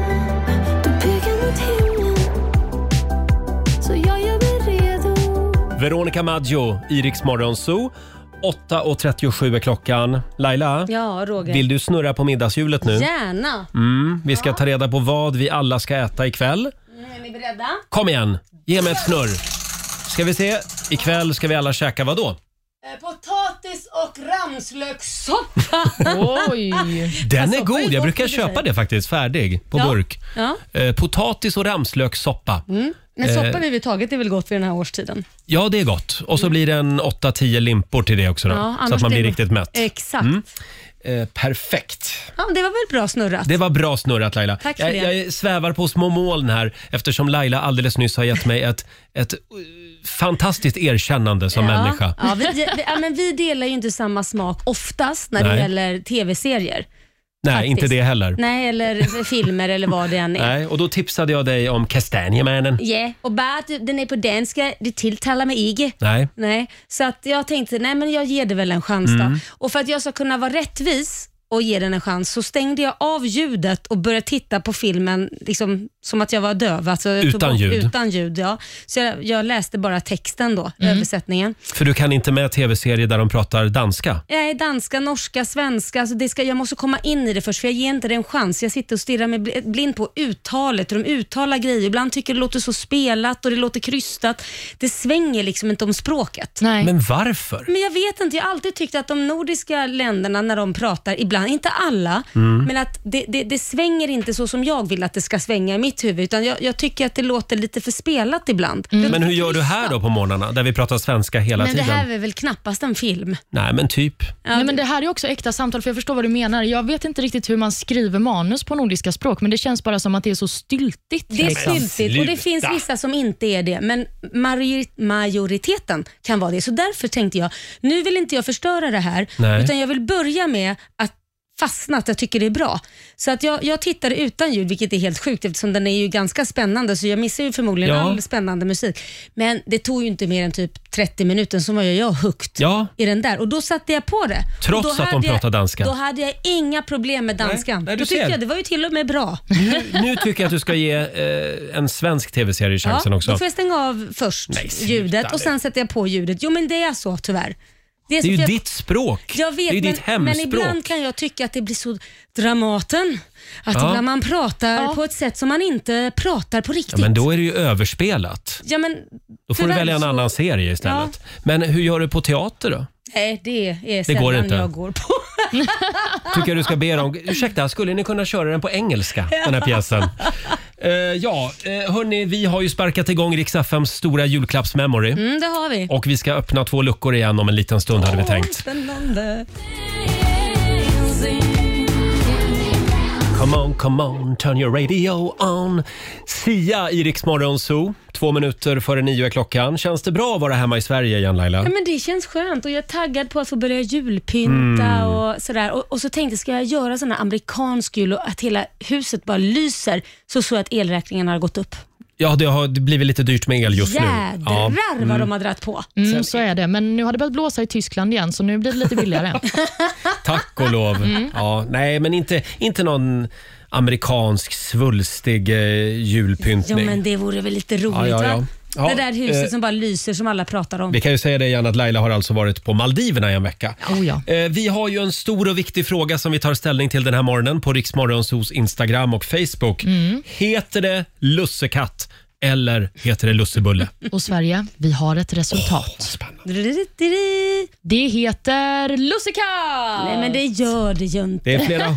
Veronica Maggio, Iriks Morgonzoo. åtta och trettiosju är klockan. Laila, Ja, Roger. vill du snurra på middagshjulet nu? Gärna. Mm, vi ska ta reda på vad vi alla ska äta ikväll. Är ni beredda? Kom igen, ge mig ett snurr. Ska vi se, ikväll ska vi alla käka vad då? Eh, Potatis och ramslökssoppa. Oj! Den Alltså, är vad är god, jag gott brukar i och för köpa sig. det faktiskt, färdig på Ja. burk. Ja. Eh, potatis och ramslökssoppa. Mm. Men Eh. soppa överhuvudtaget är väl gott för den här årstiden? Ja, det är gott. Och så blir det en åtta tio limpor till det också då, Ja, så annars att man blir det- riktigt mätt. Exakt. Mm. Eh, perfekt. Ja, men det var väl bra snurrat? Det var bra snurrat Laila. Tack för jag, det. jag svävar på små moln här eftersom Laila alldeles nyss har gett mig ett, ett uh, fantastiskt erkännande som människa. Ja, vi, vi, ja, men vi delar ju inte samma smak oftast när Nej. det gäller tv-serier. Nej, faktiskt. inte det heller. Nej, eller filmer eller vad det än är. Nej, och då tipsade jag dig om Kastanjemannen. Ja, yeah. Och bara att den är på danska, det tilltalar mig inte. Nej. Nej, så att jag tänkte, nej men jag ger det väl en chans Mm. då. Och för att jag ska kunna vara rättvis och ge den en chans så stängde jag av ljudet och började titta på filmen liksom, som att jag var döv. Alltså, jag tog Utan bort- ljud. Utan ljud, ja. Så jag, jag läste bara texten då, Mm. översättningen. För du kan inte med tv-serier där de pratar danska. Jag är danska, norska, svenska. Alltså det ska, jag måste komma in i det först för jag ger inte det en chans. Jag sitter och stirrar mig bl- blind på uttalet. De uttalar grejer. Ibland tycker jag det låter så spelat och det låter krystat. Det svänger liksom inte om språket. Nej. Men varför? Men jag vet inte, jag har alltid tyckt att de nordiska länderna när de pratar, ibland, inte alla, Mm. men att det, det, det svänger inte så som jag vill att det ska svänga i mitt huvud, utan jag, jag tycker att det låter lite för spelat ibland. Det Men hur låter gör du här då på morgnarna där vi pratar svenska hela Men det tiden? här är väl knappast en film? Nej, men typ. Ja, Nej, men det här är också äkta samtal, för jag förstår vad du menar. Jag vet inte riktigt hur man skriver manus på nordiska språk, men det känns bara som att det är så styltigt. Det är liksom. styltigt och det finns sluta. vissa som inte är det, men majori- majoriteten kan vara det. Så därför tänkte jag, nu vill inte jag förstöra det här, Nej. utan jag vill börja med att fastna, att jag tycker det är bra. Så att jag, jag tittade utan ljud, vilket är helt sjukt eftersom den är ju ganska spännande, så jag missar ju förmodligen Ja. all spännande musik. Men det tog ju inte mer än typ trettio minuter, så var jag, jag hooked Ja. i den där. Och då satte jag på det. Trots Och då att de hade jag- pratar danska. Då hade jag inga problem med danskan. nej, du då tyckte ser. jag det var ju till och med bra. Nu, nu tycker jag att du ska ge eh, en svensk tv-serie chansen Ja, också. då får jag stänga av först Nej, sluta ljudet och nu. sen sätter jag på ljudet. Jo, men det är så tyvärr. Det är så ju för jag, ditt språk. jag vet, det är ju men, ditt men hemspråk. ibland kan jag tycka att det blir så dramaten. Att Ja. ibland man pratar Ja. på ett sätt som man inte pratar på riktigt. Ja, men då är det ju överspelat. Ja, men, Då får du tyvärr välja en så- annan serie istället. Men hur gör du på teater då? Nej, det är Det sällan går inte. jag går på. Tycker jag du ska be dem. Ursäkta, skulle ni kunna köra den på engelska, den här pjäsen? Uh, ja, uh, hörni, vi har ju sparkat igång Rix F M:s stora julklappsmemory. Mm, det har vi. Och vi ska öppna två luckor igen om en liten stund hade vi tänkt. Spännande. Come on, come on, turn your radio on. Sia i Rix Morgonzoo. Två minuter före nio är klockan. Känns det bra att vara hemma i Sverige igen, Laila? Ja, men det känns skönt och jag är taggad på att få börja julpynta Mm. och sådär. Och, och så tänkte jag, ska jag göra sån här amerikansk jul och att hela huset bara lyser, så så att elräkningen har gått upp. Ja, det har blivit lite dyrt med el just nu. Jädrar Ja. vad de har dratt på. Mm, så är det, men nu har det börjat blåsa i Tyskland igen, så nu blir det lite billigare. Tack och lov. Mm. Ja, nej, men inte, inte någon amerikansk svulstig eh, Jo, julpyntning. men det vore väl lite roligt, Ja, ja, ja. va? Ja, det där huset eh, som bara lyser, som alla pratar om. Vi kan ju säga det igen att Laila har alltså varit på Maldiverna i en vecka. Oh, ja. Eh, Vi har ju en stor och viktig fråga som vi tar ställning till den här morgonen på Rix Morgonzoos Instagram och Facebook. Mm. Heter det lussekatt eller heter det lussebulle? Och Sverige, vi har ett resultat. Spännande. Dri-dri-dri. Det heter lussekatt! Nej, men det gör det ju inte. Det är flera,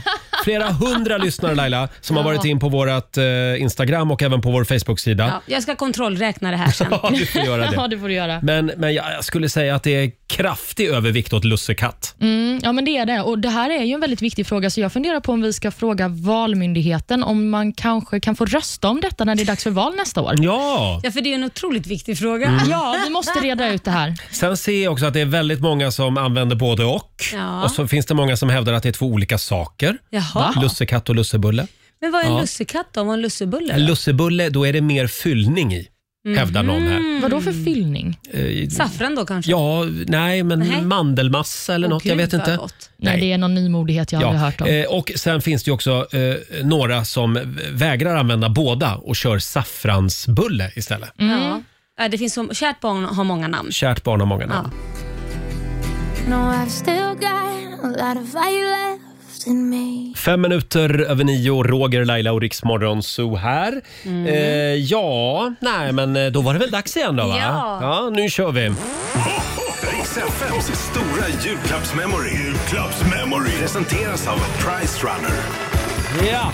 flera hundra lyssnare, Laila, som ja. har varit in på vårt eh, Instagram och även på vår Facebook-sida. Ja, jag ska kontrollräkna det här sen. Ja, du får göra det. Ja, det får du göra. Men, men jag, jag skulle säga att det är kraftig övervikt åt lussekatt. Mm, ja, men det är det. Och det här är ju en väldigt viktig fråga, så jag funderar på om vi ska fråga Valmyndigheten om man kanske kan få rösta om detta när det är dags för val nästa år. Ja, ja för det är en otroligt viktig fråga. Mm. Ja, vi måste reda ut det här. Sen ser jag också att det är väldigt många som använder både och. Ja. Och så finns det många som hävdar att det är två olika saker. Jaha. Lussekatt och lussebulle. Men vad är en ja. lussekatt då? Vad är en lussebulle? En lussebulle, då är det mer fyllning i. Mm. Hävdar någon här. Mm. Vad då för fyllning? Eh, Saffran då kanske? Ja, nej men nej. mandelmassa eller oh, något, jag vet inte. Nej. nej, det är någon nymodighet jag ja. aldrig hört om. Eh, och sen finns det ju också eh, några som vägrar använda båda och kör saffransbulle istället. Mm. Ja, det finns som, kärt barn har många namn. Kärt barn har många namn. Ja. No, I've still got a lot of fire left. Fem minuter över nio, Roger, Laila och Rix Morgon Zoo här. Mm. Eh, ja, nej men då var det väl dags igen då va? Ja, ja nu kör vi. Rix F M:s stora julklappsmemory. Julklappsmemory presenteras av Price Runner. Ja!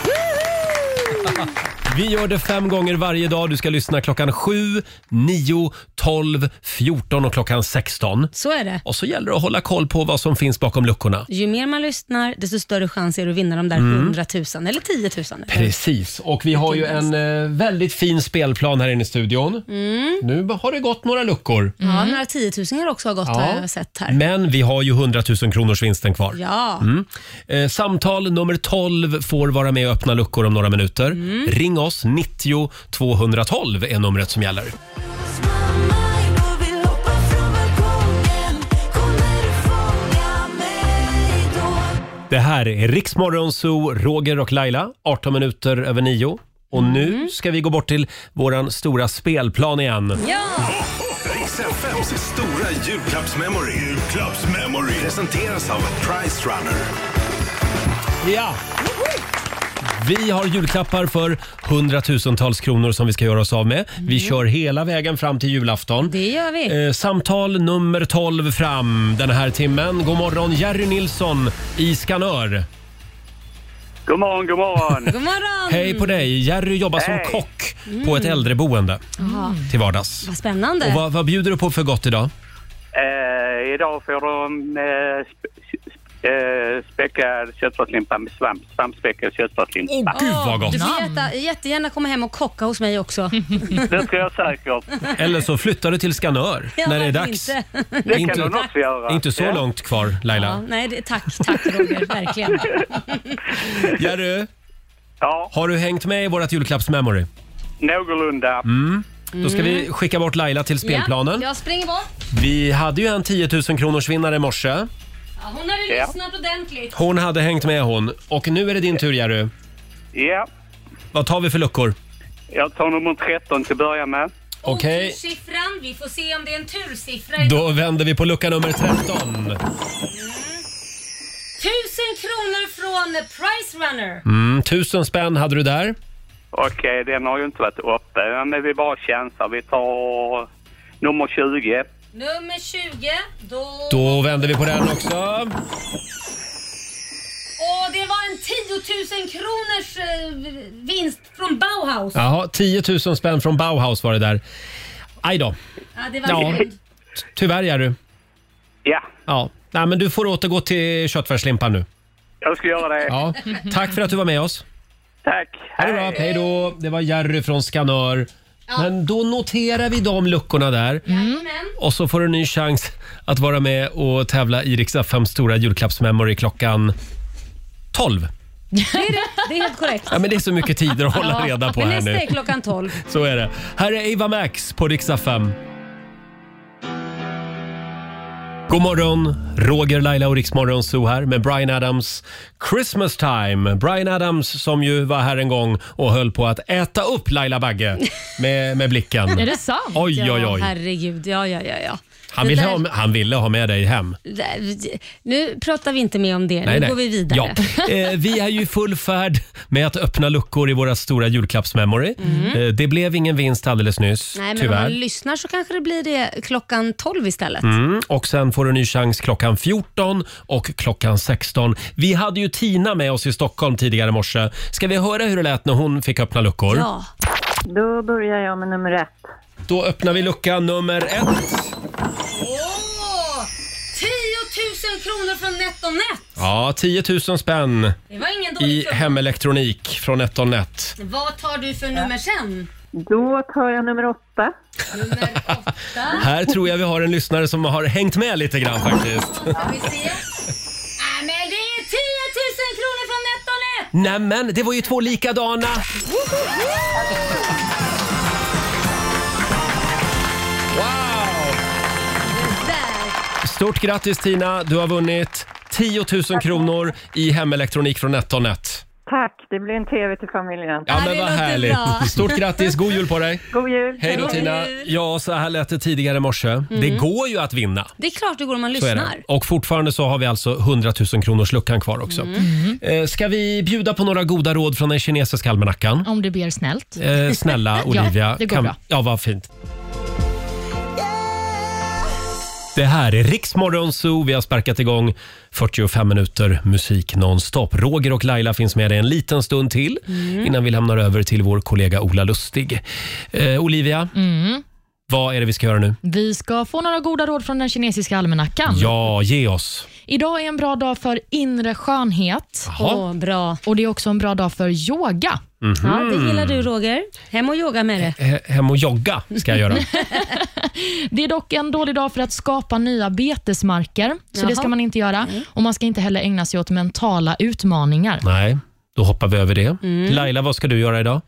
Vi gör det fem gånger varje dag. Du ska lyssna klockan sju, nio, tolv, fjorton och klockan sexton. Så är det. Och så gäller det att hålla koll på vad som finns bakom luckorna. Ju mer man lyssnar, desto större chans är det att vinna de där mm. hundratusen eller tiotusen. Precis. Och vi har ju en eh, väldigt fin spelplan här inne i studion. Mm. Nu har det gått några luckor. Mm. Ja, några tiotusen också har gått ja. har jag sett här. Men vi har ju hundratusen kronors vinsten kvar. Ja. Mm. Eh, samtal nummer tolv får vara med och öppna luckor om några minuter. Mm. Ring oss, nittio tvåhundratolv är numret som gäller. Det här är Rix Morgon Zoo, Roger och Laila, arton minuter över nio. Och mm. nu ska vi gå bort till våran stora spelplan igen. Ja! Rix F M:s stora julklappsmemory. Julklappsmemory presenteras av Price Runner. Ja! Vi har julklappar för hundratusentals kronor som vi ska göra oss av med. Vi mm. kör hela vägen fram till julafton. Det gör vi. Eh, samtal nummer tolv fram den här timmen. God morgon, Jerry Nilsson i Skanör. God morgon, god morgon. God morgon. Hej på dig. Jerry jobbar Hej. som kock mm. på ett äldreboende mm. till vardags. Vad spännande. Och vad, vad bjuder du på för gott idag? Eh, idag får de eh, sp- eh, späckad köttfärslimpa med svamp. Svampspäckad köttfärslimpa. Åh, gud vad gott. Du får jätte, jättegärna komma hem och kocka hos mig också. Det ska jag säkert. Eller så flyttar du till Skanör ja, när det är dags. Inte. Det inte, kan du också göra. Inte så ja. långt kvar, Laila. Ja, nej, det, tack, tack Roger, verkligen. Jerry, ja. har du hängt med i vårat julklappsmemory? Någorlunda. Mm. Då ska vi skicka bort Laila till spelplanen. Ja, jag springer bort. Vi hade ju en tiotusen kronors vinnare i morse. Ja, hon hade ja. lyssnat ordentligt. Hon hade hängt med hon. Och nu är det din tur, Jerry. Ja. Vad tar vi för luckor? Jag tar nummer tretton till att börja med. Okej. Okay. Oturssiffran, vi får se om det är en tursiffra. Då vänder vi på lucka nummer tretton. Mm. Tusen kronor från Price Runner. Mm, tusen spänn hade du där. Okej, okay, den har ju inte varit uppe. Men vi bara chansar. Vi tar nummer tjugo. Nummer tjugo. Då... Då vänder vi på den också. Och det var en tiotusen kronors eh, vinst från Bauhaus. Jaha, tiotusen spänn från Bauhaus var det där. Aj då. Ja, det var ja, t- tyvärr är du. Ja. Ja. Nej, men du får återgå till köttfärslimpan nu. Jag ska göra det. Ja. Tack för att du var med oss. Tack. Ha det bra. Hej då. Det var Jerry från Skanör. Ja. Men då noterar vi de luckorna där. Mm. Och så får du en ny chans att vara med och tävla i Rix F M:s stora julklappsmemory klockan tolv. Det är, det är helt korrekt. Ja, men det är så mycket tider att hålla ja, reda på här nu. Men nästa är klockan tolv. Så är det. Här är Ava Max på Rix F M. God morgon, Roger, Laila och Rix Morgon Zoo här med Bryan Adams Christmas Time. Bryan Adams som ju var här en gång och höll på att äta upp Laila Bagge med, med blicken. Är det sant? Oj, oj, oj. Ja, herregud. Ja, ja, ja, ja. Han ville, ha, han ville ha med dig hem. Nu pratar vi inte mer om det. Nej, nu nej. går vi vidare. Ja. Eh, vi är ju i full färd med att öppna luckor i våra stora julklappsmemory. Mm. Eh, det blev ingen vinst alldeles nyss, Nej, men tyvärr. om man lyssnar så kanske det blir det klockan tolv istället. Mm. Och sen får du en ny chans klockan fjorton och klockan sexton. Vi hade ju Tina med oss i Stockholm tidigare i morse. Ska vi höra hur det lät när hon fick öppna luckor? Ja. Då börjar jag med nummer ett. Då öppnar vi lucka nummer ett. Åh! tio tusen kronor från NetOnNet. Ja, tio tusen spänn Det var ingen dålig i fråga. hemelektronik från NetOnNet. Vad tar du för nummer sen? Då tar jag nummer åtta. Nummer åtta. Här tror jag vi har en lyssnare som har hängt med lite grann faktiskt. Ska vi se. Nej, men det är tio tusen kronor från NetOnNet. Nämen, det var ju två likadana. Wow! Stort grattis Tina, du har vunnit tio tusen kronor i hemelektronik från NetOnNet. Tack, det blir en tv till familjen. Ja, men vad härligt. Stort grattis, god jul på dig. God jul. Hej då Tina. Ja, så här lät det tidigare i morse. Mm. Det går ju att vinna. Det är klart det går om man Så är lyssnar. det. Och fortfarande så har vi alltså hundra tusen kronors luckan kvar också. Mm. Eh, ska vi bjuda på några goda råd från den kinesiska almanackan? Om du ber snällt. Eh, snälla Olivia. Ja, det går bra. Ja, vad fint. Det här är Riksmorgon Zoo. Vi har sparkat igång fyrtiofem minuter musik nonstop. Roger och Laila finns med dig en liten stund till mm. innan vi lämnar över till vår kollega Ola Lustig. Eh, Olivia, Mm. vad är det vi ska göra nu? Vi ska få några goda råd från den kinesiska almanackan. Ja, ge oss. Idag är en bra dag för inre skönhet. Åh, bra. Och det är också en bra dag för yoga. Mhm. Ja, det gillar du Roger. Hem och yoga med det. He- hem och jogga ska jag göra. Det är dock en dålig dag för att skapa nya betesmarker. Så Jaha. det ska man inte göra. Mm. Och man ska inte heller ägna sig åt mentala utmaningar. Nej, då hoppar vi över det. Mm. Laila, vad ska du göra idag?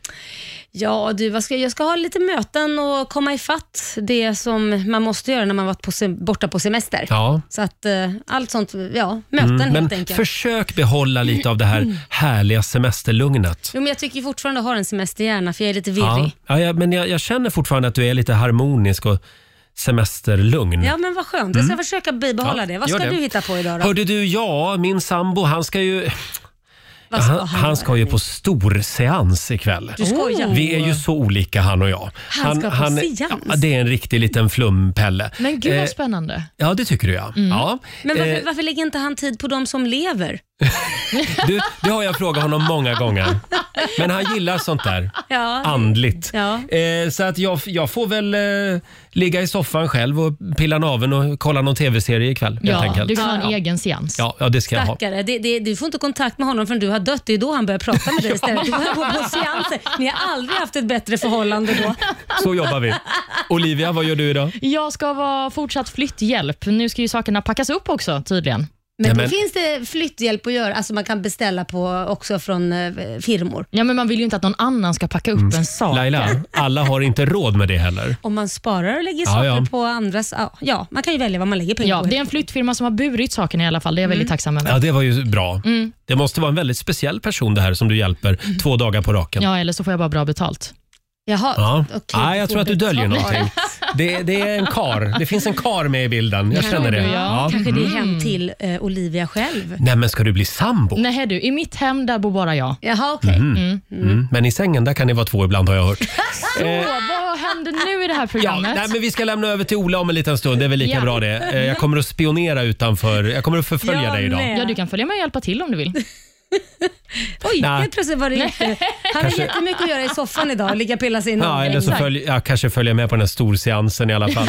Ja, du, vad ska, jag ska ha lite möten och komma ifatt det som man måste göra när man varit på se, borta på semester. Ja. Så att eh, allt sånt, ja, möten Mm, helt men enkelt. försök behålla lite av det här härliga semesterlugnet. Jo, men jag tycker fortfarande att jag har en semesterhjärna för jag är lite virrig. Ja, ja, ja, men jag, jag känner fortfarande att du är lite harmonisk och semesterlugn. Ja, men vad skönt. Jag ska Mm. försöka bibehålla Ja, det. Vad gör ska det. du hitta på idag då? Hörde du, ja, min sambo, han ska ju... Vad ska han, han han ska ju göra? på stor seans ikväll. Du skojar. Vi är ju så olika han och jag. Han ska på seans? Ja, det är en riktig liten flumpelle. Men gud vad Eh, spännande. Ja, det tycker du ja. ja. Men varför, Eh, varför lägger inte han tid på de som lever? du, det har jag frågat honom många gånger. Men han gillar sånt där. Ja. Andligt. Ja. Eh, så att jag, jag får väl eh, ligga i soffan själv och pilla naveln och kolla någon tv-serie ikväll. Helt Ja, enkelt. du kan ha en ja. egen seans. Ja, ja, det ska jag ha. Stackare, det, det, du får inte kontakt med honom förrän du har dött. Det är då han börjar prata med dig istället. Du börjar gå på seanser. Ni har aldrig haft ett bättre förhållande då. Så jobbar vi. Olivia, vad gör du idag? Jag ska vara fortsatt flytthjälp. Nu ska ju sakerna packas upp också tydligen. Men, Nej, då men- finns det flytthjälp att göra. Alltså man kan beställa på också från eh, firmor. Ja, men man vill ju inte att någon annan ska packa upp en sak. Laila, alla har inte råd med det heller. Om man sparar och lägger Ja, saker ja. på andras... Ja, ja, man kan ju välja vad man lägger pengar Ja, på. det är en flyttfirma som har burit sakerna i alla fall. Det är jag väldigt tacksam över. Ja, det var ju bra. Mm. Det måste vara en väldigt speciell person det här som du hjälper två dagar på raken. Ja, eller så får jag bara bra betalt. Jaha, Ja. okej. Nej, jag tror att du döljer betalt. någonting. Det, det är en kar. Det finns en kar med i bilden. Jag känner det. Ja, kanske det är Mm. hem till eh, Olivia själv. Nej, men ska du bli sambo? Nej du, i mitt hem där bor bara jag. Jaha, okej. Mm. Mm. Mm. Men i sängen där kan ni vara två ibland har jag hört. Så, vad händer nu i det här Ja, programmet? nej, men vi ska lämna över till Ola om en liten stund. Det är väl lika Ja. bra det. Eh, Jag kommer att spionera utanför. Jag kommer att förfölja Jag dig idag. med. Ja, du kan följa med och hjälpa till om du vill. Oj, Nej. helt plötsligt var det jätte... Han Kanske- har jättemycket att göra i soffan idag och ligga och pilla sin Ja, eller så Exakt. följ, jag kanske följer med på den här storseansen i alla fall.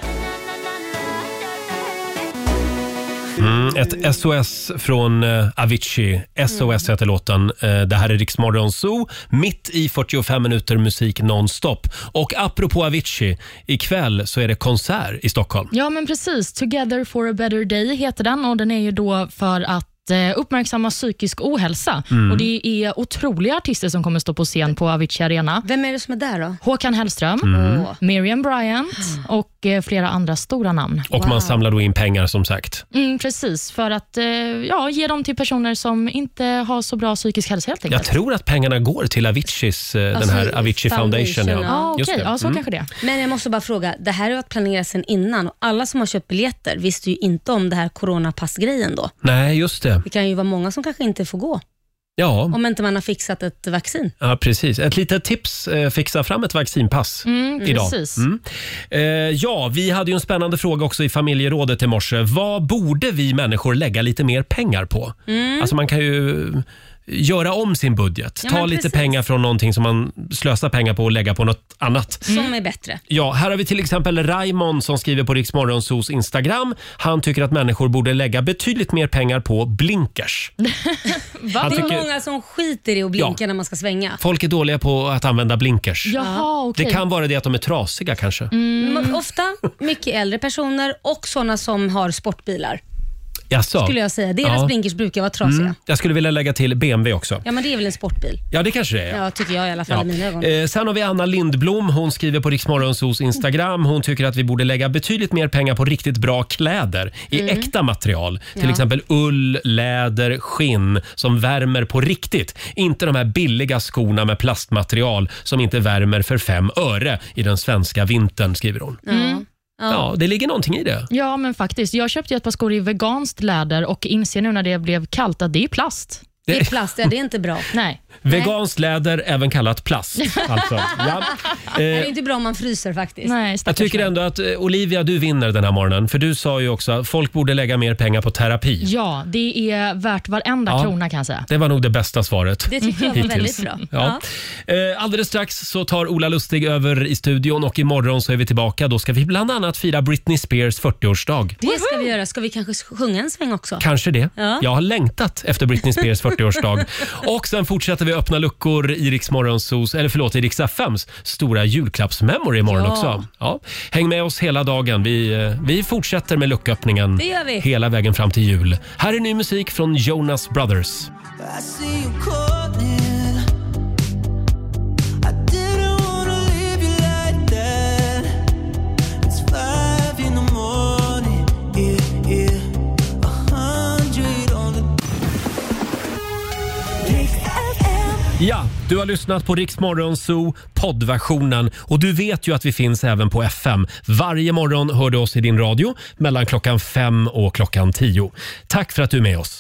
Mm, ett S O S från eh, Avicii. S O S heter låten. Eh, det här är Rix Morgon Zoo. Mitt i fyrtiofem minuter musik nonstop. Och apropå Avicii, ikväll så är det konsert i Stockholm. Ja, men precis. Together for a better day heter den och den är ju då för att eh, uppmärksamma psykisk ohälsa. Mm. Och det är otroliga artister som kommer stå på scen på Avicii Arena. Vem är det som är där då? Håkan Hellström, Mm. Åh. Miriam Bryant och och eh, flera andra stora namn. Och wow. man samlar då in pengar som sagt. Mm, precis, för att eh, ja, ge dem till personer som inte har så bra psykisk hälsa helt enkelt. Jag tror att pengarna går till Aviciis, eh, alltså, den här Avicii Foundation. Foundation ja. Ah, okej, Just det. ja, så Mm. kanske det. Men jag måste bara fråga, det här har varit planerat sedan innan och alla som har köpt biljetter visste ju inte om det här coronapassgrejen då. Nej, just det. Det kan ju vara många som kanske inte får gå. Ja. Om inte man har fixat ett vaccin. Ja, precis. Ett litet tips, eh, fixa fram ett vaccinpass Mm, idag. precis. Mm. Eh, ja, vi hade ju en spännande fråga också i familjerådet i morse. Vad borde vi människor lägga lite mer pengar på? Mm. Alltså man kan ju göra om sin budget. Ja, Ta men lite precis. pengar från någonting som man slösar pengar på och lägga på något annat. Som är bättre. Ja, här har vi till exempel Raymond som skriver på Rix Morgonzos Instagram. Han tycker att människor borde lägga betydligt mer pengar på blinkers. Va? Han Det är tycker- många som skiter i att blinka Ja. när man ska svänga. Folk är dåliga på att använda blinkers. Jaha, okej. Det kan vara det att de är trasiga kanske. Mm. Ofta mycket äldre personer och sådana som har sportbilar. Jaså? Skulle jag säga. Deras Ja. blinkers brukar vara trasiga. Mm. Jag skulle vilja lägga till B M W också. Ja, men det är väl en sportbil? Ja, det kanske det är. Ja, tycker jag i alla fall Ja. i mina ögon. Eh, sen har vi Anna Lindblom. Hon skriver på Rix Morgonzos Instagram. Hon tycker att vi borde lägga betydligt mer pengar på riktigt bra kläder i Mm. äkta material. Till Ja. exempel ull, läder, skinn som värmer på riktigt. Inte de här billiga skorna med plastmaterial som inte värmer för fem öre i den svenska vintern, skriver hon. Mm. Ja. Ja, det ligger någonting i det. Ja, men faktiskt. Jag köpte ju ett par skor i veganskt läder och inser nu när det blev kallt att det är plast. Det är plast, ja, det är inte bra. Nej. Veganskt läder, även kallat plast. Alltså, ja. Det är eh, inte bra om man fryser faktiskt. Nej, jag tycker ändå att eh, Olivia, du vinner den här morgonen. För du sa ju också att folk borde lägga mer pengar på terapi. Ja, det är värt varenda Ja. krona kan jag säga. Det var nog det bästa svaret. Det tycker jag var hittills. väldigt bra. Ja. Eh, Alldeles strax så tar Ola Lustig över i studion och imorgon så är vi tillbaka. Då ska vi bland annat fira Britney Spears fyrtioårsdag. Det ska vi göra. Ska vi kanske sjunga en sväng också? Kanske det. Ja. Jag har längtat efter Britney Spears fyrtioårsdag. Och sen fortsätter vi öppna luckor i Rix Morgonzos, eller förlåt, i Rix F M's stora julklappsmemory imorgon Ja. också. Ja. Häng med oss hela dagen. Vi, eh, vi fortsätter med lucköppningen Det gör vi. hela vägen fram till jul. Här är ny musik från Jonas Brothers. I see you calling. I didn't wanna leave you like that. It's five in the morning. Yeah, yeah. A hundred on the Ja, du har lyssnat på Rix Morgonzoo poddversionen och du vet ju att vi finns även på F M. Varje morgon hör du oss i din radio mellan klockan fem och klockan tio. Tack för att du är med oss.